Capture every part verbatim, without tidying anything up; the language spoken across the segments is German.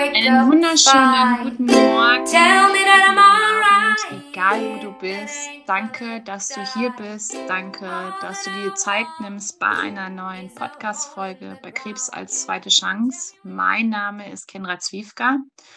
Einen wunderschönen guten Morgen, guten Abend, egal wo du bist. Danke, dass du hier bist. Danke, dass du dir die Zeit nimmst bei einer neuen Podcast-Folge bei Krebs als zweite Chance. Mein Name ist Kendra Zwiefka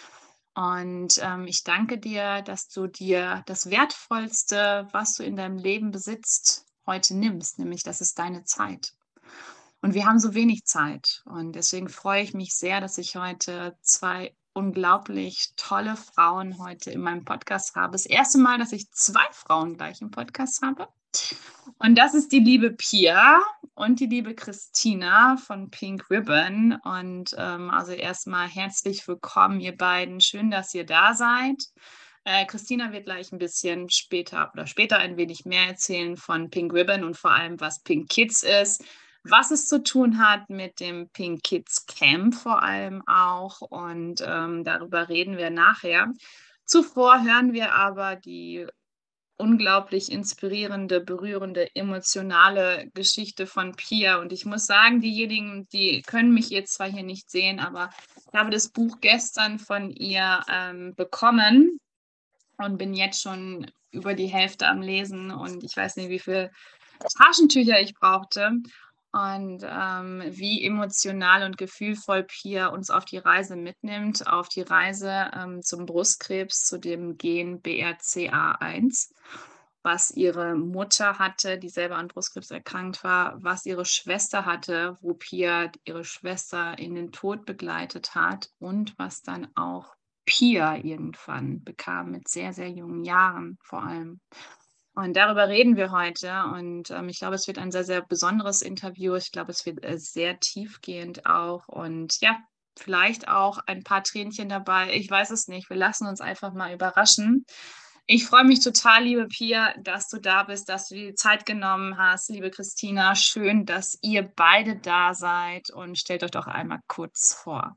und ähm, ich danke dir, dass du dir das Wertvollste, was du in deinem Leben besitzt, heute nimmst, nämlich das ist deine Zeit. Und wir haben so wenig Zeit. Und deswegen freue ich mich sehr, dass ich heute zwei unglaublich tolle Frauen heute in meinem Podcast habe. Das erste Mal, dass ich zwei Frauen gleich im Podcast habe. Und das ist die liebe Pia und die liebe Christina von Pink Ribbon. Und ähm, also erstmal herzlich willkommen, ihr beiden. Schön, dass ihr da seid. Äh, Christina wird gleich ein bisschen später oder später ein wenig mehr erzählen von Pink Ribbon und vor allem, was Pink Kids ist, was es zu tun hat mit dem Pink Kids Camp vor allem auch. Und ähm, darüber reden wir nachher. Zuvor hören wir aber die unglaublich inspirierende, berührende, emotionale Geschichte von Pia. Und ich muss sagen, diejenigen, die können mich jetzt zwar hier nicht sehen, aber ich habe das Buch gestern von ihr ähm, bekommen und bin jetzt schon über die Hälfte am Lesen und ich weiß nicht, wie viele Taschentücher ich brauchte. Und ähm, wie emotional und gefühlvoll Pia uns auf die Reise mitnimmt, auf die Reise ähm, zum Brustkrebs, zu dem Gen B R C A eins, was ihre Mutter hatte, die selber an Brustkrebs erkrankt war, was ihre Schwester hatte, wo Pia ihre Schwester in den Tod begleitet hat und was dann auch Pia irgendwann bekam mit sehr, sehr jungen Jahren vor allem. Und darüber reden wir heute. Und ähm, ich glaube, es wird ein sehr, sehr besonderes Interview. Ich glaube, es wird äh, sehr tiefgehend auch. Und ja, vielleicht auch ein paar Tränchen dabei. Ich weiß es nicht. Wir lassen uns einfach mal überraschen. Ich freue mich total, liebe Pia, dass du da bist, dass du dir die Zeit genommen hast. Liebe Christina, schön, dass ihr beide da seid. Und stellt euch doch einmal kurz vor.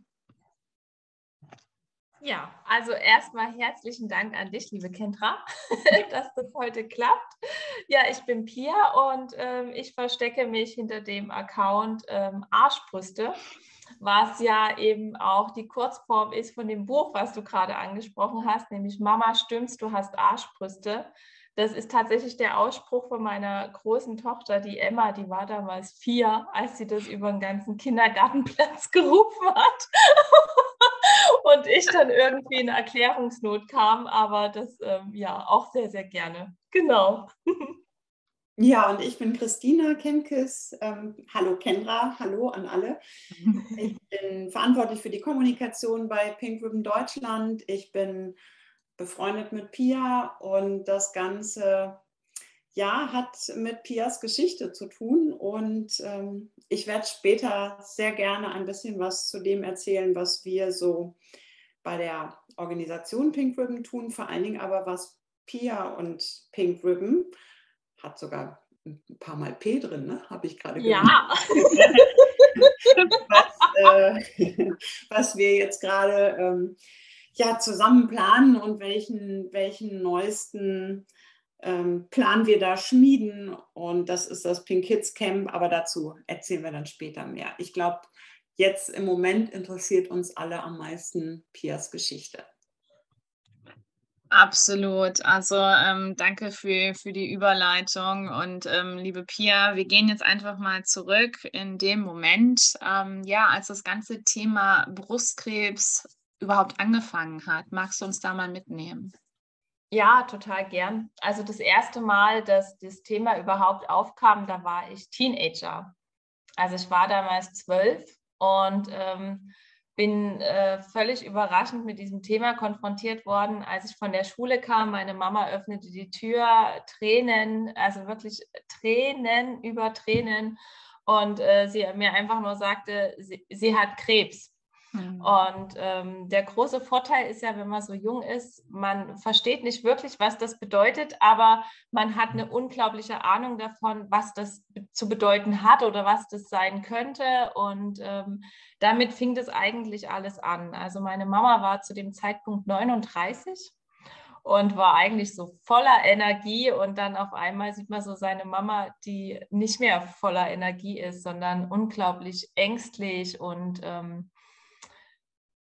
Ja, also erstmal herzlichen Dank an dich, liebe Kendra, dass das heute klappt. Ja, ich bin Pia und ähm, ich verstecke mich hinter dem Account ähm, Arschbrüste, was ja eben auch die Kurzform ist von dem Buch, was du gerade angesprochen hast, nämlich Mama, stimmt's, du hast Arschbrüste. Das ist tatsächlich der Ausspruch von meiner großen Tochter, die Emma, die war damals vier, als sie das über den ganzen Kindergartenplatz gerufen hat. Und ich dann irgendwie in Erklärungsnot kam, aber das ähm, ja auch sehr, sehr gerne. Genau. Ja, und ich bin Christina Kemkes. Ähm, hallo Kendra, hallo an alle. Ich bin verantwortlich für die Kommunikation bei Pink Ribbon Deutschland. Ich bin befreundet mit Pia und das Ganze ja, hat mit Pias Geschichte zu tun. Und ähm, ich werde später sehr gerne ein bisschen was zu dem erzählen, was wir so bei der Organisation Pink Ribbon tun, vor allen Dingen aber was Pia und Pink Ribbon, hat sogar ein paar Mal P drin, ne? Habe ich gerade Ja. was, äh, was wir jetzt gerade ähm, ja, zusammen planen und welchen, welchen neuesten ähm, Plan wir da schmieden. Und das ist das Pink Kids Camp, aber dazu erzählen wir dann später mehr. Ich glaube, jetzt im Moment interessiert uns alle am meisten Pias Geschichte. Absolut. Also ähm, danke für, für die Überleitung. Und ähm, liebe Pia, wir gehen jetzt einfach mal zurück in den Moment, ähm, ja, als das ganze Thema Brustkrebs überhaupt angefangen hat. Magst du uns da mal mitnehmen? Ja, total gern. Also das erste Mal, dass das Thema überhaupt aufkam, da war ich Teenager. Also ich war damals zwölf und ähm, bin äh, völlig überraschend mit diesem Thema konfrontiert worden, als ich von der Schule kam. Meine Mama öffnete die Tür, Tränen, also wirklich Tränen über Tränen. Und äh, sie mir einfach nur sagte, sie, sie hat Krebs. Mhm. Und ähm, der große Vorteil ist ja, wenn man so jung ist, man versteht nicht wirklich, was das bedeutet, aber man hat eine unglaubliche Ahnung davon, was das zu bedeuten hat oder was das sein könnte. Und ähm, damit fing das eigentlich alles an. Also meine Mama war zu dem Zeitpunkt neununddreißig und war eigentlich so voller Energie. Und dann auf einmal sieht man so seine Mama, die nicht mehr voller Energie ist, sondern unglaublich ängstlich und ähm,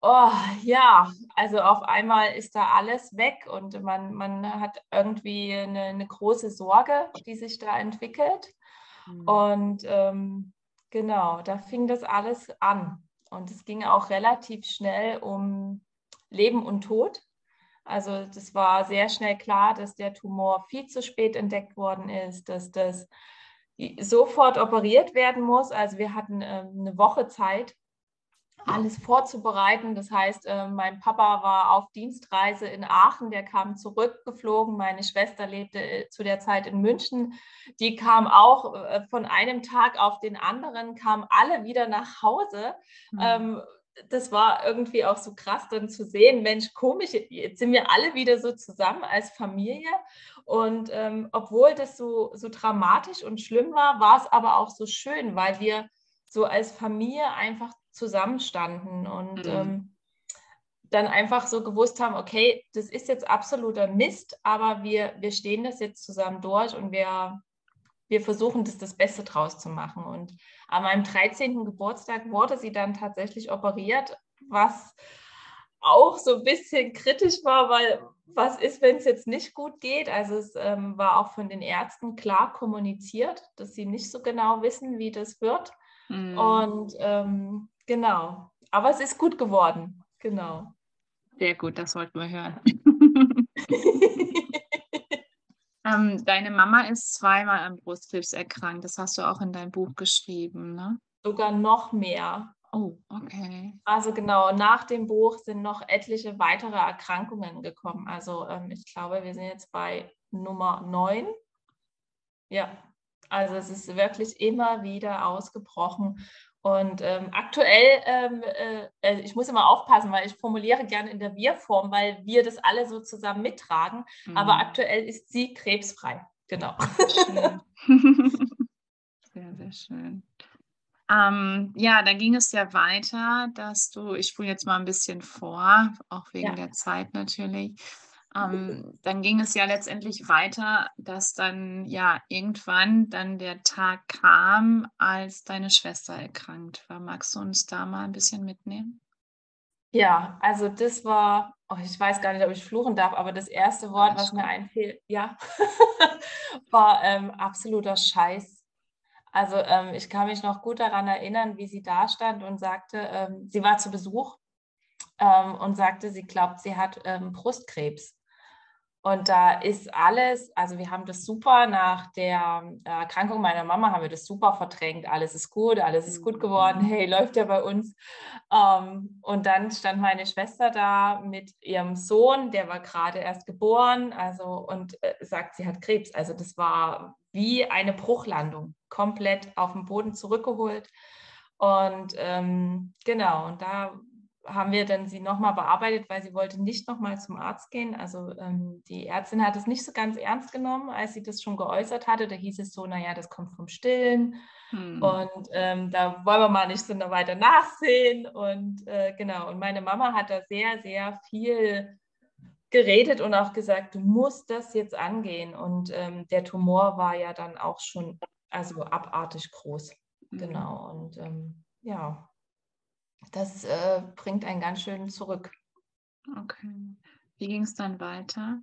Oh ja, also auf einmal ist da alles weg und man, man hat irgendwie eine, eine große Sorge, die sich da entwickelt. Mhm. Und ähm, genau, da fing das alles an. Und es ging auch relativ schnell um Leben und Tod. Also das war sehr schnell klar, dass der Tumor viel zu spät entdeckt worden ist, dass das sofort operiert werden muss. Also wir hatten ähm, eine Woche Zeit, alles vorzubereiten. Das heißt, äh, mein Papa war auf Dienstreise in Aachen, der kam zurückgeflogen. Meine Schwester lebte äh, zu der Zeit in München. Die kam auch äh, von einem Tag auf den anderen, kamen alle wieder nach Hause. Mhm. Ähm, das war irgendwie auch so krass dann zu sehen, Mensch, komisch, jetzt sind wir alle wieder so zusammen als Familie. Und ähm, obwohl das so, so dramatisch und schlimm war, war es aber auch so schön, weil wir so als Familie einfach zusammenstanden und Mhm. ähm, dann einfach so gewusst haben, okay, das ist jetzt absoluter Mist, aber wir, wir stehen das jetzt zusammen durch und wir, wir versuchen, das, das Beste draus zu machen. Und an meinem dreizehnten Geburtstag wurde sie dann tatsächlich operiert, was auch so ein bisschen kritisch war, weil was ist, wenn es jetzt nicht gut geht? Also es ähm, war auch von den Ärzten klar kommuniziert, dass sie nicht so genau wissen, wie das wird. Mhm. Und ähm, genau, aber es ist gut geworden, genau. Sehr gut, das wollten wir hören. ähm, deine Mama ist zweimal an Brustkrebs erkrankt, das hast du auch in deinem Buch geschrieben, ne? Sogar noch mehr. Oh, okay. Also genau, nach dem Buch sind noch etliche weitere Erkrankungen gekommen. Also ähm, ich glaube, wir sind jetzt bei Nummer neun. Ja, also es ist wirklich immer wieder ausgebrochen. Und ähm, aktuell, ähm, äh, ich muss immer aufpassen, weil ich formuliere gerne in der Wir-Form, weil wir das alle so zusammen mittragen. Mhm. Aber aktuell ist sie krebsfrei. Genau. Schön. Sehr, sehr schön. Ähm, ja, dann ging es ja weiter, dass du, ich spule jetzt mal ein bisschen vor, auch wegen Ja. der Zeit natürlich. Ähm, dann ging es ja letztendlich weiter, dass dann ja irgendwann dann der Tag kam, als deine Schwester erkrankt war. Magst du uns da mal ein bisschen mitnehmen? Ja, also das war, oh, ich weiß gar nicht, ob ich fluchen darf, aber das erste Wort, Alles was mir gut. einfiel, ja, war ähm, absoluter Scheiß. Also ähm, ich kann mich noch gut daran erinnern, wie sie da stand und sagte, ähm, sie war zu Besuch ähm, und sagte, sie glaubt, sie hat ähm, Brustkrebs. Und da ist alles, also wir haben das super nach der Erkrankung meiner Mama, haben wir das super verdrängt. Alles ist gut, alles ist gut geworden. Hey, läuft ja bei uns. Ähm, und dann stand meine Schwester da mit ihrem Sohn, der war gerade erst geboren, also und äh, sagt, sie hat Krebs. Also das war wie eine Bruchlandung, komplett auf den Boden zurückgeholt. Und ähm, genau, und da haben wir dann sie nochmal bearbeitet, weil sie wollte nicht nochmal zum Arzt gehen. Also ähm, die Ärztin hat es nicht so ganz ernst genommen, als sie das schon geäußert hatte. Da hieß es so, naja, das kommt vom Stillen. Hm. Und ähm, da wollen wir mal nicht so noch weiter nachsehen. Und äh, genau, und meine Mama hat da sehr, sehr viel geredet und auch gesagt, du musst das jetzt angehen. Und ähm, der Tumor war ja dann auch schon also abartig groß. Mhm. Genau, und ähm, ja, das äh, bringt einen ganz schön zurück. Okay. Wie ging es dann weiter?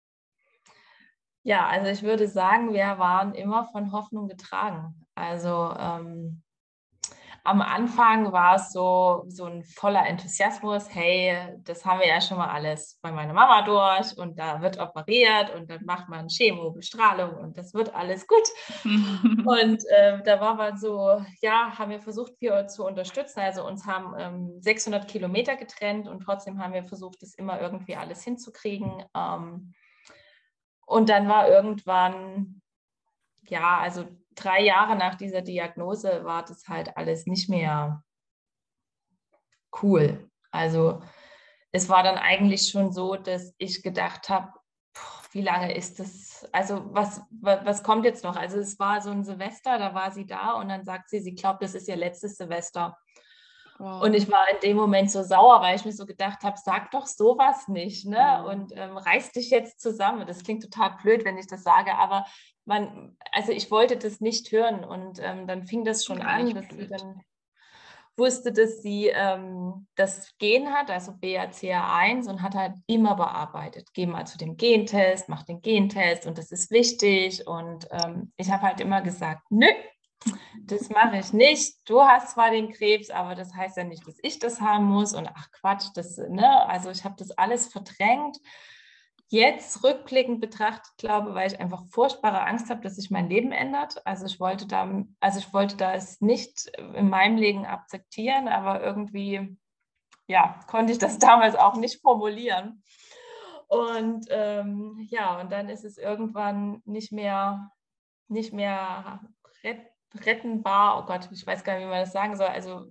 Ja, also ich würde sagen, wir waren immer von Hoffnung getragen. Also ähm, am Anfang war es so, so ein voller Enthusiasmus. Hey, das haben wir ja schon mal alles bei meiner Mama durch und da wird operiert und dann macht man Chemo, Bestrahlung und das wird alles gut. Und äh, da war man so, ja, haben wir versucht, wir zu unterstützen. Also uns haben ähm, sechshundert Kilometer getrennt und trotzdem haben wir versucht, das immer irgendwie alles hinzukriegen. Ähm, und dann war irgendwann, ja, also drei Jahre nach dieser Diagnose war das halt alles nicht mehr cool. Also es war dann eigentlich schon so, dass ich gedacht habe, wie lange ist das, also was, was, was kommt jetzt noch? Also es war so ein Silvester, da war sie da und dann sagt sie, sie glaubt, das ist ihr letztes Silvester. Wow. Und ich war in dem Moment so sauer, weil ich mir so gedacht habe, sag doch sowas nicht, ne? Mhm. Und ähm, reiß dich jetzt zusammen. Das klingt total blöd, wenn ich das sage, aber man, also ich wollte das nicht hören und ähm, dann fing das schon Gar an, nicht dass blöd. sie dann wusste, dass sie ähm, das Gen hat, also B R C A eins, und hat halt immer bearbeitet. Geh mal zu dem Gentest, mach den Gentest und das ist wichtig. Und ähm, ich habe halt immer gesagt, nö, das mache ich nicht. Du hast zwar den Krebs, aber das heißt ja nicht, dass ich das haben muss. Und ach Quatsch, das, ne? Also ich habe das alles verdrängt. Jetzt rückblickend betrachtet, glaube ich, weil ich einfach furchtbare Angst habe, dass sich mein Leben ändert. Also ich wollte da, also ich wollte das nicht in meinem Leben akzeptieren, aber irgendwie, ja, konnte ich das damals auch nicht formulieren. Und ähm, ja, und dann ist es irgendwann nicht mehr, nicht mehr rettenbar. Oh Gott, ich weiß gar nicht, wie man das sagen soll. Also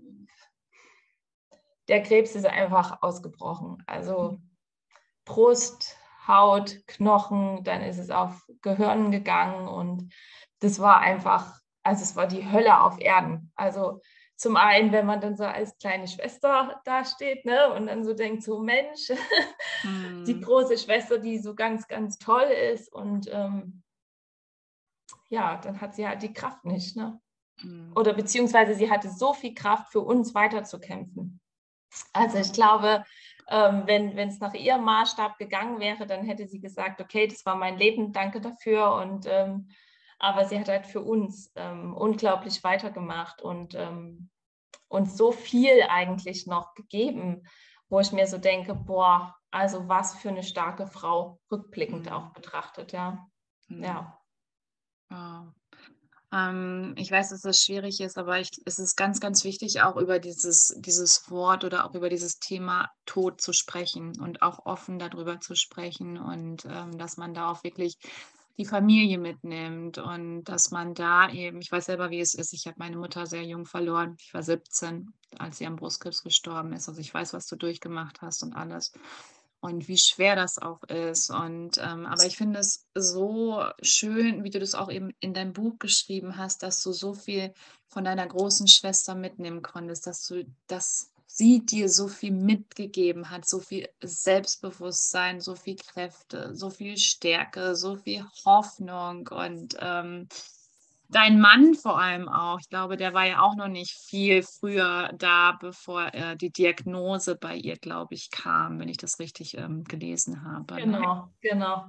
der Krebs ist einfach ausgebrochen. Also Brust, Haut, Knochen, dann ist es auf Gehirn gegangen und das war einfach, also es war die Hölle auf Erden. Also zum einen, wenn man dann so als kleine Schwester dasteht, ne, und dann so denkt, so Mensch, mm. die große Schwester, die so ganz, ganz toll ist, und ähm, ja, dann hat sie halt die Kraft nicht, ne? Mm. Oder beziehungsweise sie hatte so viel Kraft, für uns weiterzukämpfen. Also ich glaube, ähm, wenn es nach ihrem Maßstab gegangen wäre, dann hätte sie gesagt, okay, das war mein Leben, danke dafür. Und ähm, aber sie hat halt für uns ähm, unglaublich weitergemacht und ähm, uns so viel eigentlich noch gegeben, wo ich mir so denke, boah, also was für eine starke Frau, rückblickend mhm. auch betrachtet, ja. Mhm. Ja. Wow. Ähm, ich weiß, dass es schwierig ist, aber ich, es ist ganz, ganz wichtig, auch über dieses, dieses Wort oder auch über dieses Thema Tod zu sprechen und auch offen darüber zu sprechen und ähm, dass man da auch wirklich die Familie mitnimmt und dass man da eben, ich weiß selber, wie es ist, ich habe meine Mutter sehr jung verloren, ich war siebzehn, als sie am Brustkrebs gestorben ist, also ich weiß, was du durchgemacht hast und alles. Und wie schwer das auch ist. Und ähm, aber ich finde es so schön, wie du das auch eben in deinem Buch geschrieben hast, dass du so viel von deiner großen Schwester mitnehmen konntest, dass du, dass sie dir so viel mitgegeben hat, so viel Selbstbewusstsein, so viel Kräfte, so viel Stärke, so viel Hoffnung und ähm, dein Mann vor allem auch. Ich glaube, der war ja auch noch nicht viel früher da, bevor äh, die Diagnose bei ihr, glaube ich, kam, wenn ich das richtig ähm, gelesen habe. Genau, ne? Genau.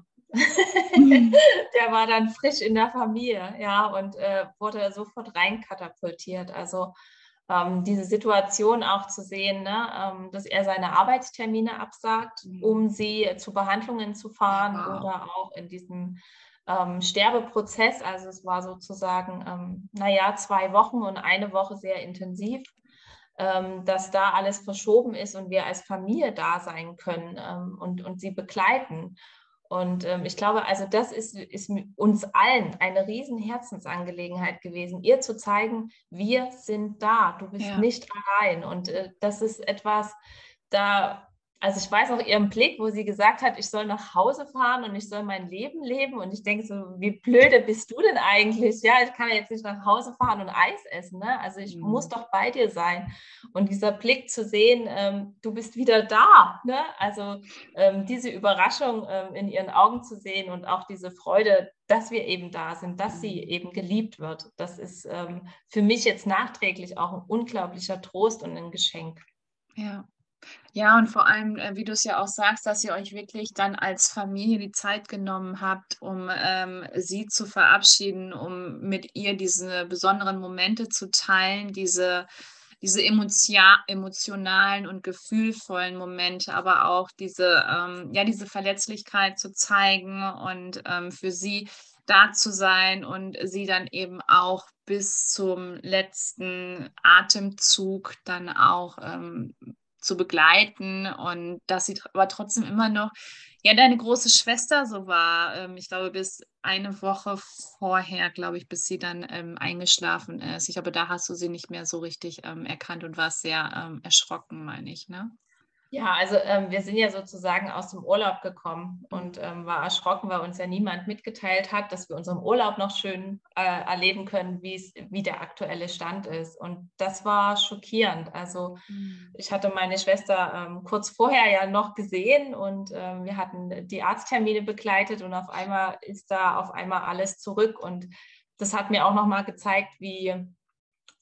Der war dann frisch in der Familie, ja, und äh, wurde sofort reinkatapultiert. Also ähm, diese Situation auch zu sehen, ne, ähm, dass er seine Arbeitstermine absagt, mhm. um sie zu Behandlungen zu fahren, ja, wow. oder auch in diesem ähm, Sterbeprozess. Also es war sozusagen, ähm, naja, zwei Wochen und eine Woche sehr intensiv, ähm, dass da alles verschoben ist und wir als Familie da sein können ähm, und, und sie begleiten. Und ähm, ich glaube, also das ist, ist uns allen eine riesen Herzensangelegenheit gewesen, ihr zu zeigen, wir sind da, du bist ja. nicht allein. Und äh, das ist etwas, da, also ich weiß auch ihren Blick, wo sie gesagt hat, ich soll nach Hause fahren und ich soll mein Leben leben. Und ich denke so, wie blöde bist du denn eigentlich? Ja, ich kann ja jetzt nicht nach Hause fahren und Eis essen, ne? Also ich mhm. muss doch bei dir sein. Und dieser Blick zu sehen, ähm, du bist wieder da, ne? Also ähm, diese Überraschung ähm, in ihren Augen zu sehen und auch diese Freude, dass wir eben da sind, dass mhm. sie eben geliebt wird. Das ist ähm, für mich jetzt nachträglich auch ein unglaublicher Trost und ein Geschenk. Ja. Ja, und vor allem, äh, wie du es ja auch sagst, dass ihr euch wirklich dann als Familie die Zeit genommen habt, um ähm, sie zu verabschieden, um mit ihr diese besonderen Momente zu teilen, diese, diese emotia- emotionalen und gefühlvollen Momente, aber auch diese, ähm, ja, diese Verletzlichkeit zu zeigen und ähm, für sie da zu sein und sie dann eben auch bis zum letzten Atemzug dann auch ähm, zu begleiten und dass sie aber trotzdem immer noch ja deine große Schwester so war. Ähm, ich glaube, bis eine Woche vorher, glaube ich, bis sie dann ähm, eingeschlafen ist. Ich glaube, da hast du sie nicht mehr so richtig ähm, erkannt und warst sehr ähm, erschrocken, meine ich, ne? Ja, also ähm, wir sind ja sozusagen aus dem Urlaub gekommen und ähm, war erschrocken, weil uns ja niemand mitgeteilt hat, dass wir unseren Urlaub noch schön äh, erleben können, wie der aktuelle Stand ist. Und das war schockierend. Also mhm. ich hatte meine Schwester ähm, kurz vorher ja noch gesehen und ähm, wir hatten die Arzttermine begleitet und auf einmal ist da auf einmal alles zurück. Und das hat mir auch nochmal gezeigt, wie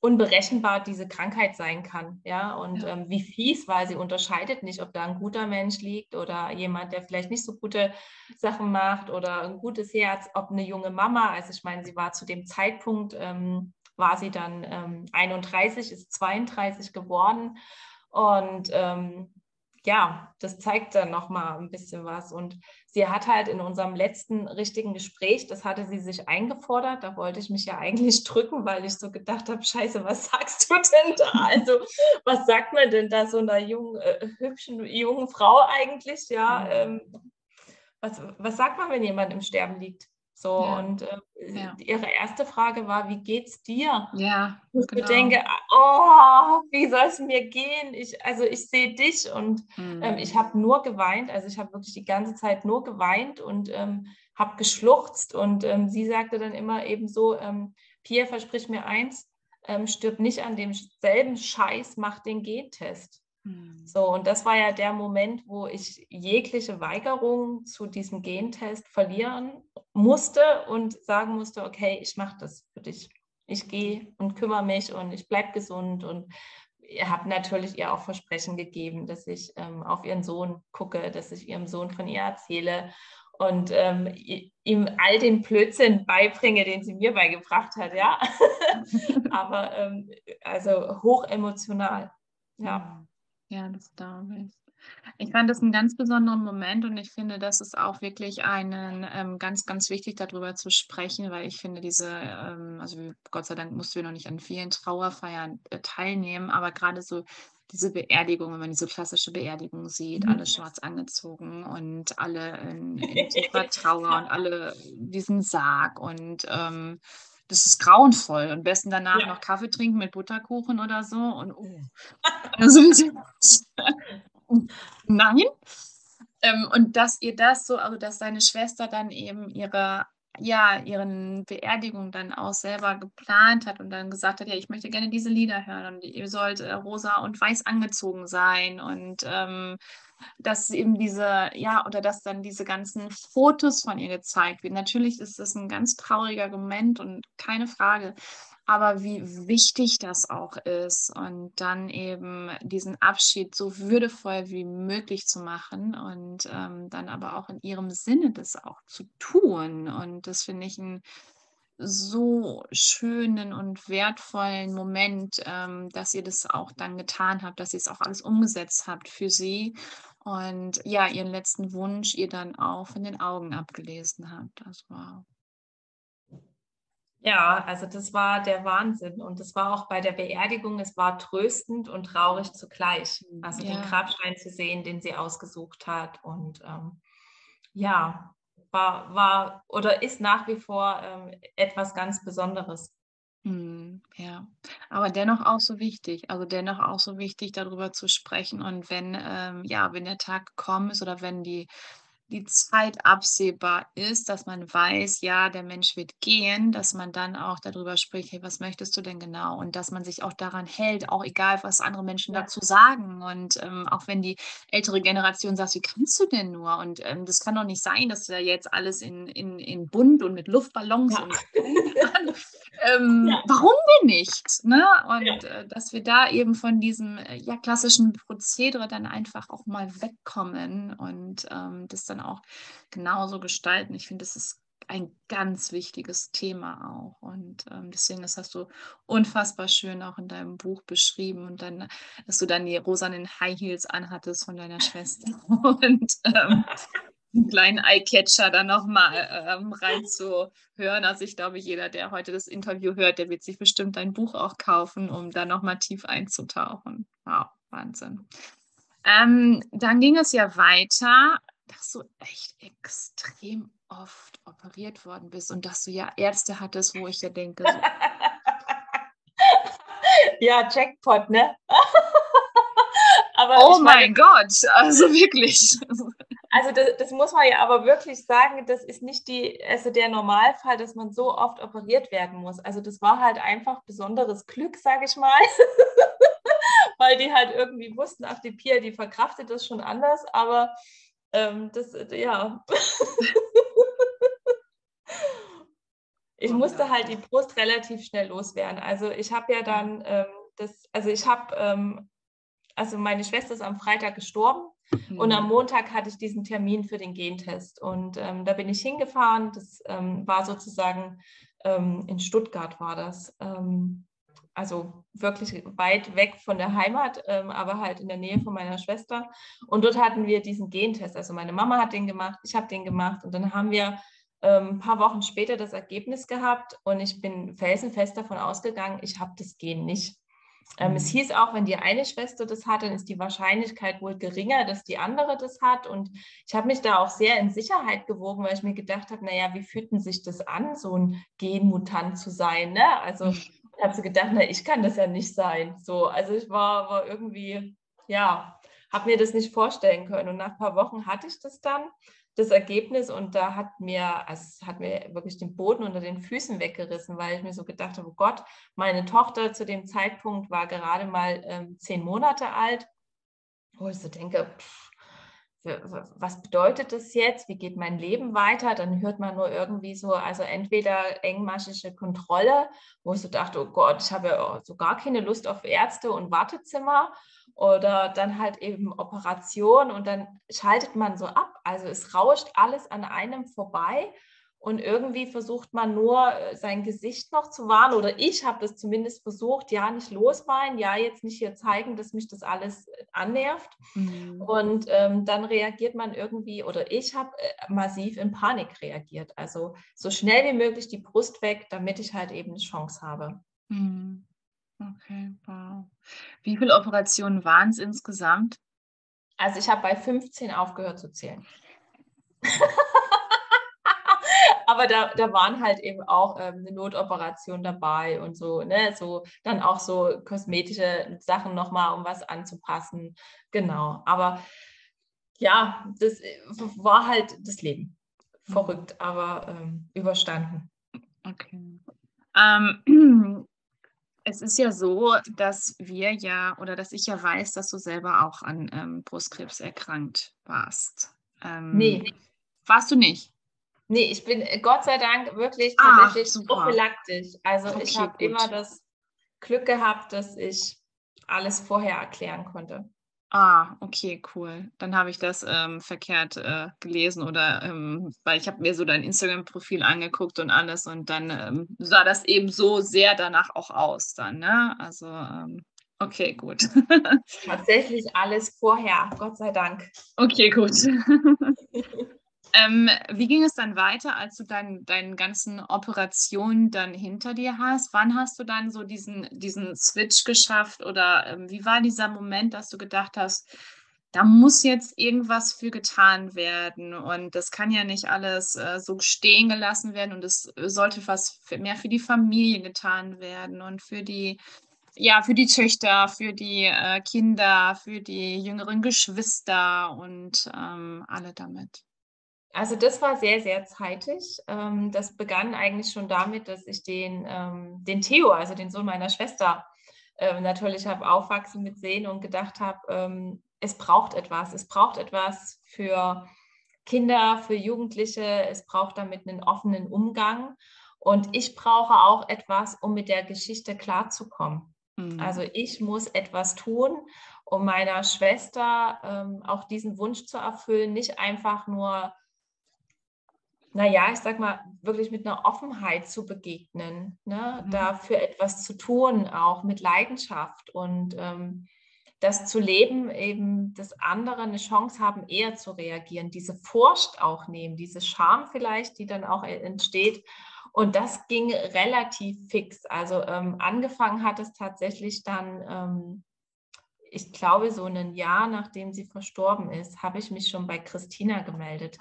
unberechenbar diese Krankheit sein kann, ja, und Ja. ähm, wie fies, weil sie unterscheidet nicht, ob da ein guter Mensch liegt oder jemand, der vielleicht nicht so gute Sachen macht oder ein gutes Herz, ob eine junge Mama, also ich meine, sie war zu dem Zeitpunkt, ähm, war sie dann ähm, einunddreißig, ist zweiunddreißig geworden und ähm, ja, das zeigt dann nochmal ein bisschen was. Und sie hat halt in unserem letzten richtigen Gespräch, das hatte sie sich eingefordert, da wollte ich mich ja eigentlich drücken, weil ich so gedacht habe, scheiße, was sagst du denn da? Also, was sagt man denn da so einer jungen, äh, hübschen, jungen Frau eigentlich? Ja, ähm, was, was sagt man, wenn jemand im Sterben liegt? So, Ja. und äh, Ja. ihre erste Frage war, wie geht's dir? Ja, Wo ich genau. mir denke, oh, wie soll es mir gehen? Ich, also ich sehe dich und Mhm. ähm, ich habe nur geweint, also ich habe wirklich die ganze Zeit nur geweint und ähm, habe geschluchzt und ähm, sie sagte dann immer eben so, ähm, Pia, versprich mir eins, ähm, stirb nicht an demselben Scheiß, mach den Gentest. Mhm. So, und das war ja der Moment, wo ich jegliche Weigerung zu diesem Gentest verlieren musste und sagen musste, okay, ich mache das für dich. Ich gehe und kümmere mich und ich bleibe gesund und habe natürlich ihr auch Versprechen gegeben, dass ich ähm, auf ihren Sohn gucke, dass ich ihrem Sohn von ihr erzähle und ähm, ihm all den Blödsinn beibringe, den sie mir beigebracht hat, ja. Aber ähm, also hoch emotional, ja. Ja, das glaube ich. Ich fand das einen ganz besonderen Moment und ich finde, das ist auch wirklich einen ähm, ganz, ganz wichtig, darüber zu sprechen, weil ich finde, diese, ähm also, w Gott sei Dank mussten wir noch nicht an vielen Trauerfeiern, äh, teilnehmen, aber gerade so diese Beerdigung, wenn man diese klassische Beerdigung sieht, alle schwarz angezogen und alle in in tiefer Trauer und alle diesen Sarg und, ähm, das ist grauenvoll. Am besten danach Ja. noch Kaffee trinken mit Butterkuchen oder so und, oh. Also, nein. Ähm, und dass ihr das so also, dass deine Schwester dann eben ihre ja, ihren Beerdigung dann auch selber geplant hat und dann gesagt hat: „Ja, ich möchte gerne diese Lieder hören und ihr sollt, äh, rosa und weiß angezogen sein“ und, ähm, dass eben diese ja, oder dass dann diese ganzen Fotos von ihr gezeigt werden. Natürlich ist das 'n ganz trauriger Moment und keine Frage, aber wie wichtig das auch ist und dann eben diesen Abschied so würdevoll wie möglich zu machen und, ähm, dann aber auch in ihrem Sinne das auch zu tun. Und das finde ich 'n so schönen und wertvollen Moment, ähm, dass ihr das auch dann getan habt, dass ihr's auch alles umgesetzt habt für sie und ja, ihren letzten Wunsch ihr dann auch von den Augen abgelesen habt. Also, wow. Ja, also das war der Wahnsinn und das war auch bei der Beerdigung, es war tröstend und traurig zugleich. Also den Ja. Grabstein zu sehen, den sie ausgesucht hat und ähm, ja, war war oder ist nach wie vor ähm, etwas ganz Besonderes. Mhm, ja. Aber dennoch auch so wichtig. Also, dennoch auch so wichtig, darüber zu sprechen und wenn, ähm ja, wenn der Tag gekommen ist oder wenn die die Zeit absehbar ist, dass man weiß, ja, der Mensch wird gehen, dass man dann auch darüber spricht: „Hey, was möchtest du denn genau?“ Und dass man sich auch daran hält, auch egal, was andere Menschen Ja. dazu sagen. Und, ähm, auch wenn die ältere Generation sagt: „Wie kannst du denn nur? Und, ähm, das kann doch nicht sein, dass du da jetzt alles in in in bunt und mit Luftballons Ja. und keine Ahnung ähm, Ja. warum denn nicht?“ Ne? Ja. Und, äh, dass wir da eben von diesem, äh, ja, klassischen Prozedere dann einfach auch mal wegkommen und, ähm, das dann auch genauso gestalten. Ich finde, das ist ein ganz wichtiges Thema auch. Und, ähm, deswegen, das hast du unfassbar schön auch in deinem Buch beschrieben und dann dass du dann die rosanen High Heels anhattest von deiner Schwester und, ähm, 'n kleinen Eyecatcher dann noch mal, ähm, reinzuhören. Also, ich glaube, jeder, der heute das Interview hört, der wird sich bestimmt dein Buch auch kaufen, um da noch mal tief einzutauchen. Wow, Wahnsinn. Ähm, dann ging es ja weiter, dass du echt extrem oft operiert worden bist und dass du ja Ärzte hattest, wo ich ja denke so Ja, Jackpot, ne? Aber Oh ich meine mein Gott, also wirklich. Also da das muss man ja aber wirklich sagen, das ist nicht die also der Normalfall, dass man so oft operiert werden muss. Also das war halt einfach besonderes Glück, sage ich mal, weil die halt irgendwie wussten, ach, die Pia, die verkraftet das schon anders, aber, ähm, das, äh, ja. ich musste halt die Brust relativ schnell loswerden. Also ich habe ja dann ähm, das, also ich habe, ähm, also meine Schwester ist am Freitag gestorben mhm. und am Montag hatte ich diesen Termin für den Gentest und ähm, da bin ich hingefahren. Das ähm, war sozusagen ähm, in Stuttgart war das. Ähm, also wirklich weit weg von der Heimat, ähm, aber halt in der Nähe von meiner Schwester. Und dort hatten wir diesen Gentest. Also meine Mama hat den gemacht, ich habe den gemacht und dann haben wir ähm, ein paar Wochen später das Ergebnis gehabt und ich bin felsenfest davon ausgegangen, ich habe das Gen nicht. Ähm, mhm. Es hieß auch, wenn die eine Schwester das hat, dann ist die Wahrscheinlichkeit wohl geringer, dass die andere das hat. Und ich habe mich da auch sehr in Sicherheit gewogen, weil ich mir gedacht habe, naja, wie fühlt denn sich das an, so ein Genmutant zu sein? Ne? Also mhm. ich habe so gedacht, na, ich kann das ja nicht sein. So, also ich war, war irgendwie, ja, habe mir das nicht vorstellen können. Und nach ein paar Wochen hatte ich das dann, das Ergebnis, und da hat mir, also es hat mir wirklich den Boden unter den Füßen weggerissen, weil ich mir so gedacht habe, oh Gott, meine Tochter zu dem Zeitpunkt war gerade mal ähm, zehn Monate alt, wo ich so denke, pff, was bedeutet das jetzt? Wie geht mein Leben weiter? Dann hört man nur irgendwie so, also entweder engmaschige Kontrolle, wo ich so dachte, oh Gott, ich habe ja so gar keine Lust auf Ärzte und Wartezimmer, oder dann halt eben Operation und dann schaltet man so ab. Also es rauscht alles an einem vorbei und irgendwie versucht man nur sein Gesicht noch zu wahren, oder ich habe das zumindest versucht, ja, nicht losweinen, ja, jetzt nicht hier zeigen, dass mich das alles annervt. Mhm. Und ähm, dann reagiert man irgendwie, oder ich habe äh, massiv in Panik reagiert. Also so schnell wie möglich die Brust weg, damit ich halt eben eine Chance habe. Mhm. Okay, wow. Wie viele Operationen waren es insgesamt? Also ich habe bei fünfzehn aufgehört zu zählen. Aber da, da waren halt eben auch ähm, eine Notoperation dabei und so, ne, so dann auch so kosmetische Sachen nochmal, um was anzupassen. Genau. Aber ja, das war halt das Leben. Verrückt, aber ähm, überstanden. Okay. Ähm, es ist ja so, dass wir ja, oder dass ich ja weiß, dass du selber auch an ähm, Brustkrebs erkrankt warst. Ähm, nee. Warst du nicht? Nee, ich bin Gott sei Dank wirklich ah, tatsächlich prophylaktisch. Also okay, ich habe immer das Glück gehabt, dass ich alles vorher erklären konnte. Ah, okay, cool. Dann habe ich das ähm, verkehrt äh, gelesen, oder ähm, weil ich habe mir so dein Instagram-Profil angeguckt und alles, und dann ähm, sah das eben so sehr danach auch aus dann, ne? Also ähm, okay, gut. Tatsächlich alles vorher, Gott sei Dank. Okay, gut. ähm, wie ging es dann weiter, als du dann deine ganzen Operationen dann hinter dir hast? Wann hast du dann so diesen, diesen Switch geschafft, oder ähm, wie war dieser Moment, dass du gedacht hast, da muss jetzt irgendwas für getan werden und das kann ja nicht alles äh, so stehen gelassen werden, und es sollte was für, mehr für die Familie getan werden und für die, ja, für die Töchter, für die äh, Kinder, für die jüngeren Geschwister und ähm, alle damit. Also das war sehr, sehr zeitig. Ähm, das begann eigentlich schon damit, dass ich den, ähm, den Theo, also den Sohn meiner Schwester, ähm, natürlich habe aufwachsen mit sehen und gedacht habe, ähm, es braucht etwas. Es braucht etwas für Kinder, für Jugendliche. Es braucht damit einen offenen Umgang. Und ich brauche auch etwas, um mit der Geschichte klarzukommen. Mhm. Also ich muss etwas tun, um meiner Schwester ähm, auch diesen Wunsch zu erfüllen, nicht einfach nur, naja, ich sag mal, wirklich mit einer Offenheit zu begegnen, ne? Mhm. Dafür etwas zu tun, auch mit Leidenschaft, und ähm, das zu leben, eben, dass andere eine Chance haben, eher zu reagieren, diese Furcht auch nehmen, diese Scham vielleicht, die dann auch entsteht. Und das ging relativ fix. Also ähm, angefangen hat es tatsächlich dann, ähm, ich glaube, so ein Jahr, nachdem sie verstorben ist, habe ich mich schon bei Christina gemeldet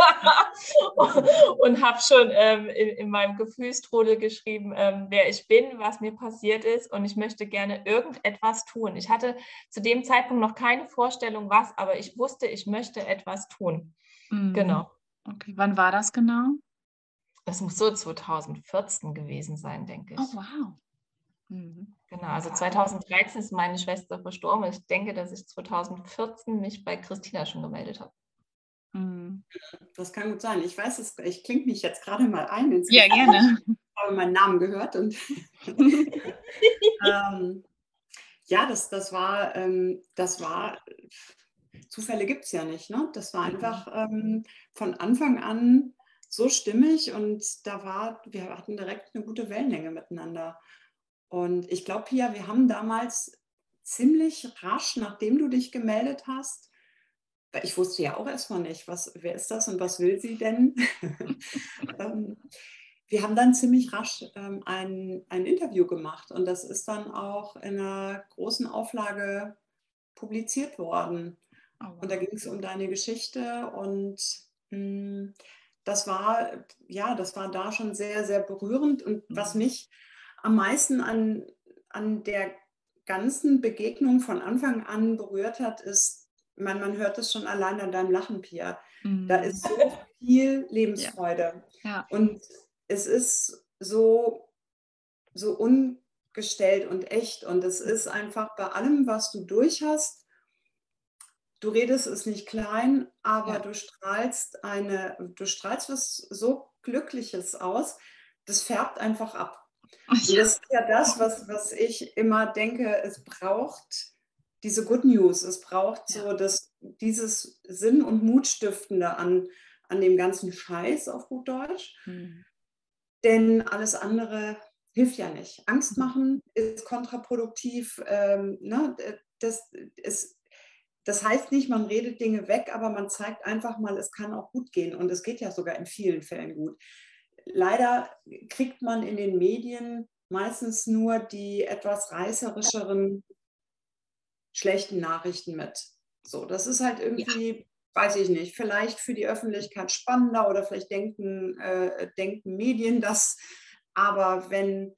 und habe schon ähm, in, in meinem Gefühlstrudel geschrieben, ähm, wer ich bin, was mir passiert ist, und ich möchte gerne irgendetwas tun. Ich hatte zu dem Zeitpunkt noch keine Vorstellung, was, aber ich wusste, ich möchte etwas tun. Mhm. Genau. Okay, wann war das genau? Das muss so zwanzig vierzehn gewesen sein, denke ich. Oh, wow. Mhm. Genau, also zwanzig dreizehn ist meine Schwester verstorben. Ich denke, dass ich zwanzig vierzehn mich bei Christina schon gemeldet habe. Das kann gut sein. Ich weiß es, ich klinge mich jetzt gerade mal ein ins Ja, gerne. habe meinen Namen gehört. Und ähm, ja, das, das war, ähm, das war, Zufälle gibt es ja nicht, ne? Das war einfach ähm, von Anfang an so stimmig und da war, wir hatten direkt eine gute Wellenlänge miteinander. Und ich glaube, Pia, wir haben damals ziemlich rasch, nachdem du dich gemeldet hast, weil ich wusste ja auch erstmal nicht, was, wer ist das und was will sie denn? ähm, wir haben dann ziemlich rasch ähm, ein, ein Interview gemacht und das ist dann auch in einer großen Auflage publiziert worden. Oh, wow. Und da ging es um deine Geschichte und mh, das war, ja, das war da schon sehr, sehr berührend. Und mhm. was mich am meisten an, an der ganzen Begegnung von Anfang an berührt hat, ist, man, man hört es schon allein an deinem Lachen, Pia. Mhm. Da ist so viel Lebensfreude. Ja. Ja. Und es ist so, so ungestellt und echt. Und es ist einfach bei allem, was du durch hast, du redest es nicht klein, aber ja. du strahlst eine, du strahlst was so Glückliches aus, das färbt einfach ab. Und das ist ja das, was, was ich immer denke, es braucht diese Good News, es braucht ja. so das, dieses Sinn- und Mutstiftende an, an dem ganzen Scheiß auf gut Deutsch. Mhm. Denn alles andere hilft ja nicht. Angst machen ist kontraproduktiv. Ähm, ne? das, ist, das heißt nicht, man redet Dinge weg, aber man zeigt einfach mal, es kann auch gut gehen. Und es geht ja sogar in vielen Fällen gut. Leider kriegt man in den Medien meistens nur die etwas reißerischeren, schlechten Nachrichten mit. So, das ist halt irgendwie, ja. weiß ich nicht, vielleicht für die Öffentlichkeit spannender oder vielleicht denken, äh, denken Medien das. Aber wenn,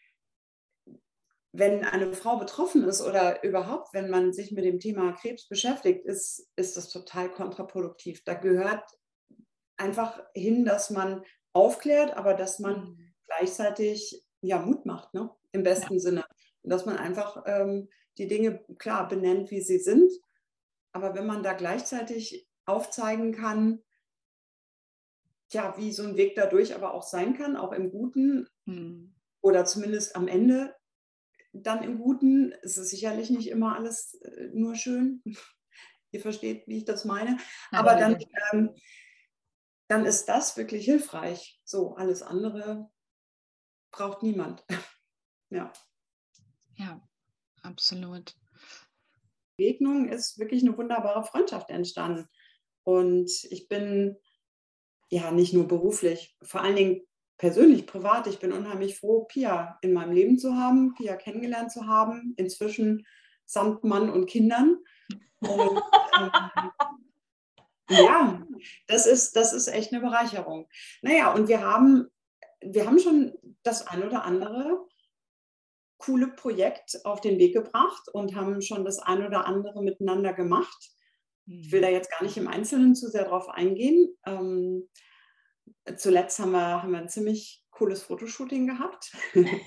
wenn eine Frau betroffen ist oder überhaupt, wenn man sich mit dem Thema Krebs beschäftigt, ist, ist das total kontraproduktiv. Da gehört einfach hin, dass man aufklärt, aber dass man mhm. gleichzeitig ja, Mut macht, ne? Im besten ja. Sinne. Und dass man einfach ähm, die Dinge klar benennt, wie sie sind. Aber wenn man da gleichzeitig aufzeigen kann, ja, wie so ein Weg dadurch aber auch sein kann, auch im Guten mhm. oder zumindest am Ende dann im Guten, ist es sicherlich nicht immer alles äh, nur schön. Ihr versteht, wie ich das meine. Aber, aber dann, ähm, dann ist das wirklich hilfreich. So, alles andere braucht niemand. Ja. Ja, absolut. Begegnung ist wirklich eine wunderbare Freundschaft entstanden. Und ich bin ja nicht nur beruflich, vor allen Dingen persönlich, privat, ich bin unheimlich froh, Pia in meinem Leben zu haben, Pia kennengelernt zu haben, inzwischen samt Mann und Kindern. Und ähm, ja, das ist, das ist echt eine Bereicherung. Naja, und wir haben, wir haben schon das ein oder andere coole Projekt auf den Weg gebracht und haben schon das ein oder andere miteinander gemacht. Ich will da jetzt gar nicht im Einzelnen zu sehr drauf eingehen. Ähm, zuletzt haben wir, haben wir ein ziemlich cooles Fotoshooting gehabt.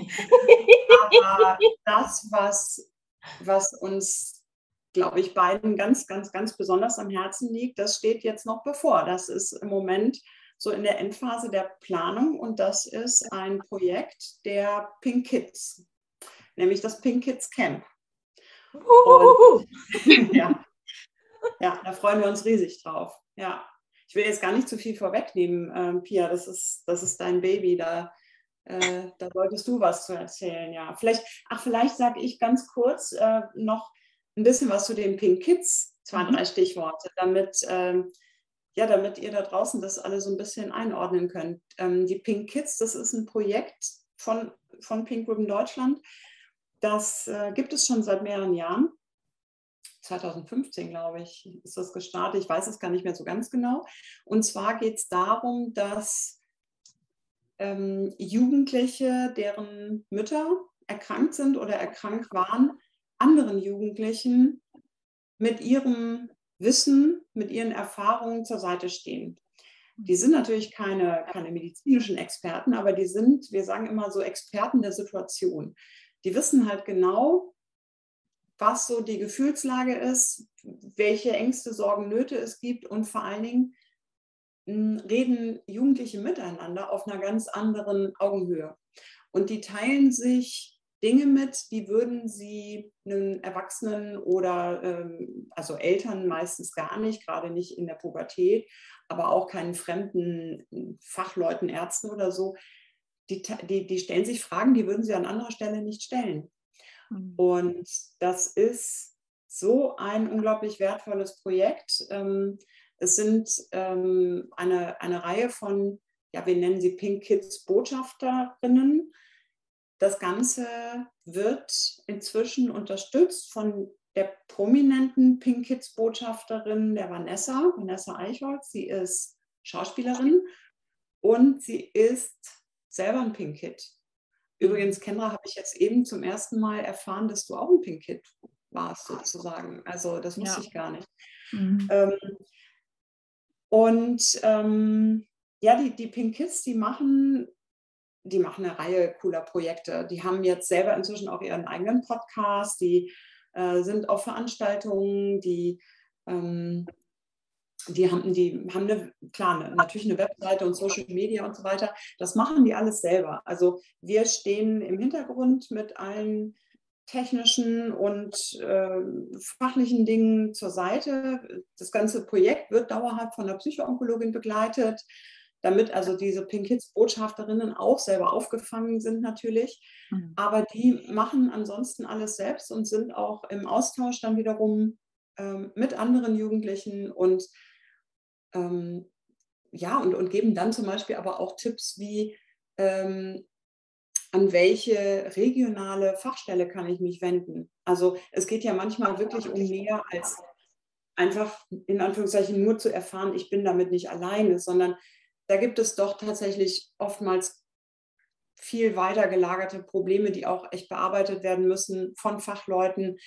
Aber das, was, was uns, glaube ich, beiden ganz, ganz, ganz besonders am Herzen liegt, das steht jetzt noch bevor. Das ist im Moment so in der Endphase der Planung und das ist ein Projekt der Pink Kids, nämlich das Pink Kids Camp. Und, ja, ja, da freuen wir uns riesig drauf. Ja, ich will jetzt gar nicht zu viel vorwegnehmen, ähm, Pia, das ist, das ist dein Baby, da, äh, da solltest du was zu erzählen. Ja, vielleicht, ach, vielleicht sage ich ganz kurz äh, noch ein bisschen was zu den Pink Kids, zwei, drei Stichworte, damit, ähm, ja, damit ihr da draußen das alle so ein bisschen einordnen könnt. Ähm, die Pink Kids, das ist ein Projekt von, von Pink Ribbon Deutschland. Das äh, gibt es schon seit mehreren Jahren. zwanzig fünfzehn, glaube ich, ist das gestartet. Ich weiß es gar nicht mehr so ganz genau. Und zwar geht es darum, dass ähm, Jugendliche, deren Mütter erkrankt sind oder erkrankt waren, anderen Jugendlichen mit ihrem Wissen, mit ihren Erfahrungen zur Seite stehen. Die sind natürlich keine, keine medizinischen Experten, aber die sind, wir sagen immer so, Experten der Situation. Die wissen halt genau, was so die Gefühlslage ist, welche Ängste, Sorgen, Nöte es gibt und vor allen Dingen mh, reden Jugendliche miteinander auf einer ganz anderen Augenhöhe. Und die teilen sich Dinge mit, die würden sie einem Erwachsenen oder ähm, also Eltern meistens gar nicht, gerade nicht in der Pubertät, aber auch keinen fremden Fachleuten, Ärzten oder so. Die, die, die stellen sich Fragen, die würden sie an anderer Stelle nicht stellen. Mhm. Und das ist so ein unglaublich wertvolles Projekt. Ähm, es sind ähm, eine, eine Reihe von, ja, wir nennen sie Pink Kids Botschafterinnen. Das Ganze wird inzwischen unterstützt von der prominenten Pink Kids Botschafterin, der Vanessa, Vanessa Eichholz. Sie ist Schauspielerin und sie ist selber ein Pink Kid. Übrigens, Kendra, habe ich jetzt eben zum ersten Mal erfahren, dass du auch ein Pink Kid warst, sozusagen. Also das wusste ja. ich gar nicht. Mhm. Ähm, und ähm, ja, die, die Pink Kids, die machen, die machen eine Reihe cooler Projekte. Die haben jetzt selber inzwischen auch ihren eigenen Podcast, die äh, sind auf Veranstaltungen, die ähm, Die haben, die haben eine, klar, eine, natürlich eine Webseite und Social Media und so weiter. Das machen die alles selber. Also wir stehen im Hintergrund mit allen technischen und äh, fachlichen Dingen zur Seite. Das ganze Projekt wird dauerhaft von der Psychoonkologin begleitet, damit also diese Pink Kids Botschafterinnen auch selber aufgefangen sind natürlich. Mhm. Aber die machen ansonsten alles selbst und sind auch im Austausch dann wiederum äh, mit anderen Jugendlichen und Ähm, ja, und, und geben dann zum Beispiel aber auch Tipps wie, ähm, an welche regionale Fachstelle kann ich mich wenden. Also es geht ja manchmal wirklich um mehr als einfach in Anführungszeichen nur zu erfahren, ich bin damit nicht alleine, sondern da gibt es doch tatsächlich oftmals viel weiter gelagerte Probleme, die auch echt bearbeitet werden müssen von Fachleuten.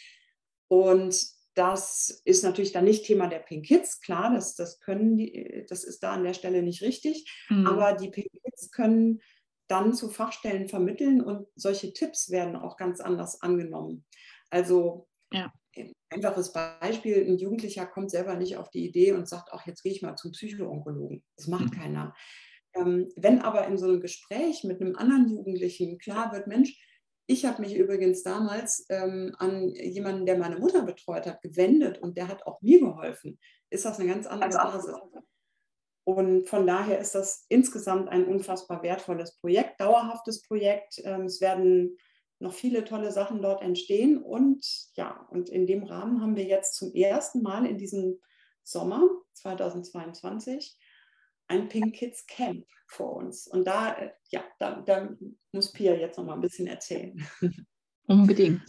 Und das ist natürlich dann nicht Thema der Pink Kids, klar, das, das können die, das ist da an der Stelle nicht richtig, mhm. aber die Pink Kids können dann zu Fachstellen vermitteln und solche Tipps werden auch ganz anders angenommen. Also ja. Ein einfaches Beispiel, ein Jugendlicher kommt selber nicht auf die Idee und sagt, ach, jetzt gehe ich mal zum Psychoonkologen. Das macht mhm. keiner. Ähm, wenn aber in so einem Gespräch mit einem anderen Jugendlichen klar wird, Mensch, ich habe mich übrigens damals ähm, an jemanden, der meine Mutter betreut hat, gewendet und der hat auch mir geholfen. Ist das eine ganz andere Basis. Und von daher ist das insgesamt ein unfassbar wertvolles Projekt, dauerhaftes Projekt. Ähm, es werden noch viele tolle Sachen dort entstehen. Und ja, und in dem Rahmen haben wir jetzt zum ersten Mal in diesem Sommer zweitausendzweiundzwanzig ein Pink Kids Camp vor uns. Und da, ja, da, da muss Pia jetzt noch mal ein bisschen erzählen. Unbedingt.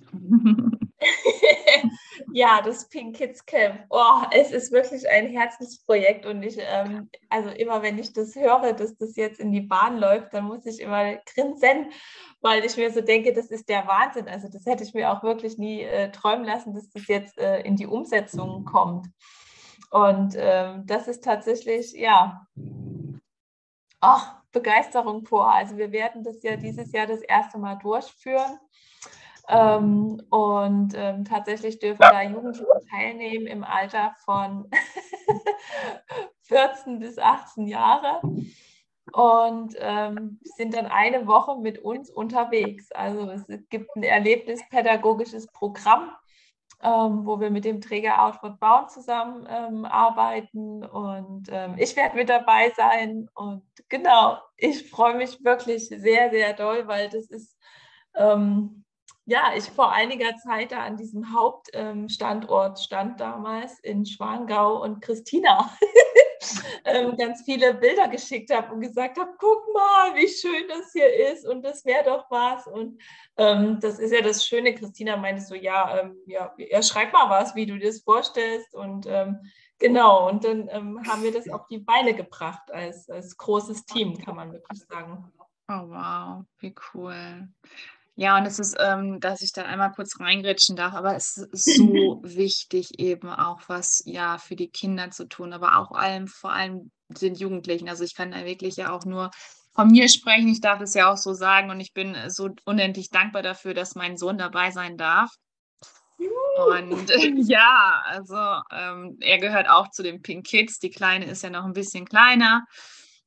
Ja, das Pink Kids Camp. Oh, es ist wirklich ein Herzensprojekt und ich, ähm, also immer wenn ich das höre, dass das jetzt in die Bahn läuft, dann muss ich immer grinsen, weil ich mir so denke, das ist der Wahnsinn. Also das hätte ich mir auch wirklich nie äh, träumen lassen, dass das jetzt äh, in die Umsetzung kommt. Und ähm, das ist tatsächlich, ja, oh, Begeisterung pur. Also wir werden das ja dieses Jahr das erste Mal durchführen. Ähm, und ähm, tatsächlich dürfen da Jugendliche teilnehmen im Alter von vierzehn bis achtzehn Jahre und ähm, sind dann eine Woche mit uns unterwegs. Also es gibt ein erlebnispädagogisches Programm, ähm, wo wir mit dem Träger Outward Bound zusammen ähm, arbeiten und ähm, ich werde mit dabei sein und genau, ich freue mich wirklich sehr, sehr doll, weil das ist ähm, ja, ich vor einiger Zeit da an diesem Hauptstandort ähm, stand damals in Schwangau und Christina ähm, ganz viele Bilder geschickt habe und gesagt habe, guck mal, wie schön das hier ist und das wäre doch was. Und ähm, das ist ja das Schöne, Christina meinte so, ja, ähm, ja, ja, schreib mal was, wie du dir das vorstellst. Und ähm, genau, und dann ähm, haben wir das auf die Beine gebracht als, als großes Team, kann man wirklich sagen. Oh wow, wie cool. Ja, und es ist, ähm, dass ich da einmal kurz reingrätschen darf, aber es ist so wichtig, eben auch was ja für die Kinder zu tun, aber auch allem, vor allem den Jugendlichen. Also ich kann da wirklich ja auch nur von mir sprechen, ich darf es ja auch so sagen und ich bin so unendlich dankbar dafür, dass mein Sohn dabei sein darf. Und äh, ja, also ähm, er gehört auch zu den Pink Kids, die Kleine ist ja noch ein bisschen kleiner.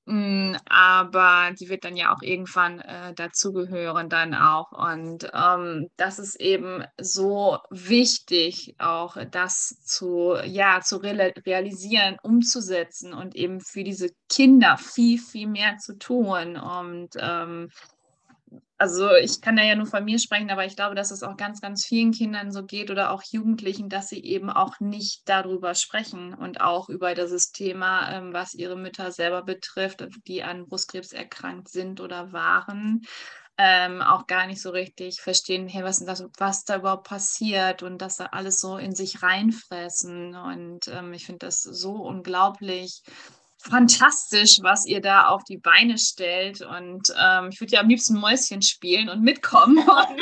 aber die wird dann ja auch irgendwann äh, dazugehören dann auch. Und ähm, das ist eben so wichtig, auch das zu, ja, zu real realisieren, umzusetzen und eben für diese Kinder viel, viel mehr zu tun. Und ähm, also ich kann da ja nur von mir sprechen, aber ich glaube, dass es auch ganz, ganz vielen Kindern so geht oder auch Jugendlichen, dass sie eben auch nicht darüber sprechen und auch über dieses Thema, ähm, was ihre Mütter selber betrifft, die an Brustkrebs erkrankt sind oder waren, ähm, auch gar nicht so richtig verstehen, hey, was, das, was da überhaupt passiert und dass da alles so in sich reinfressen. Und ähm, ich finde das so unglaublich fantastisch, was ihr da auf die Beine stellt. Und ähm, ich würde ja am liebsten Mäuschen spielen und mitkommen.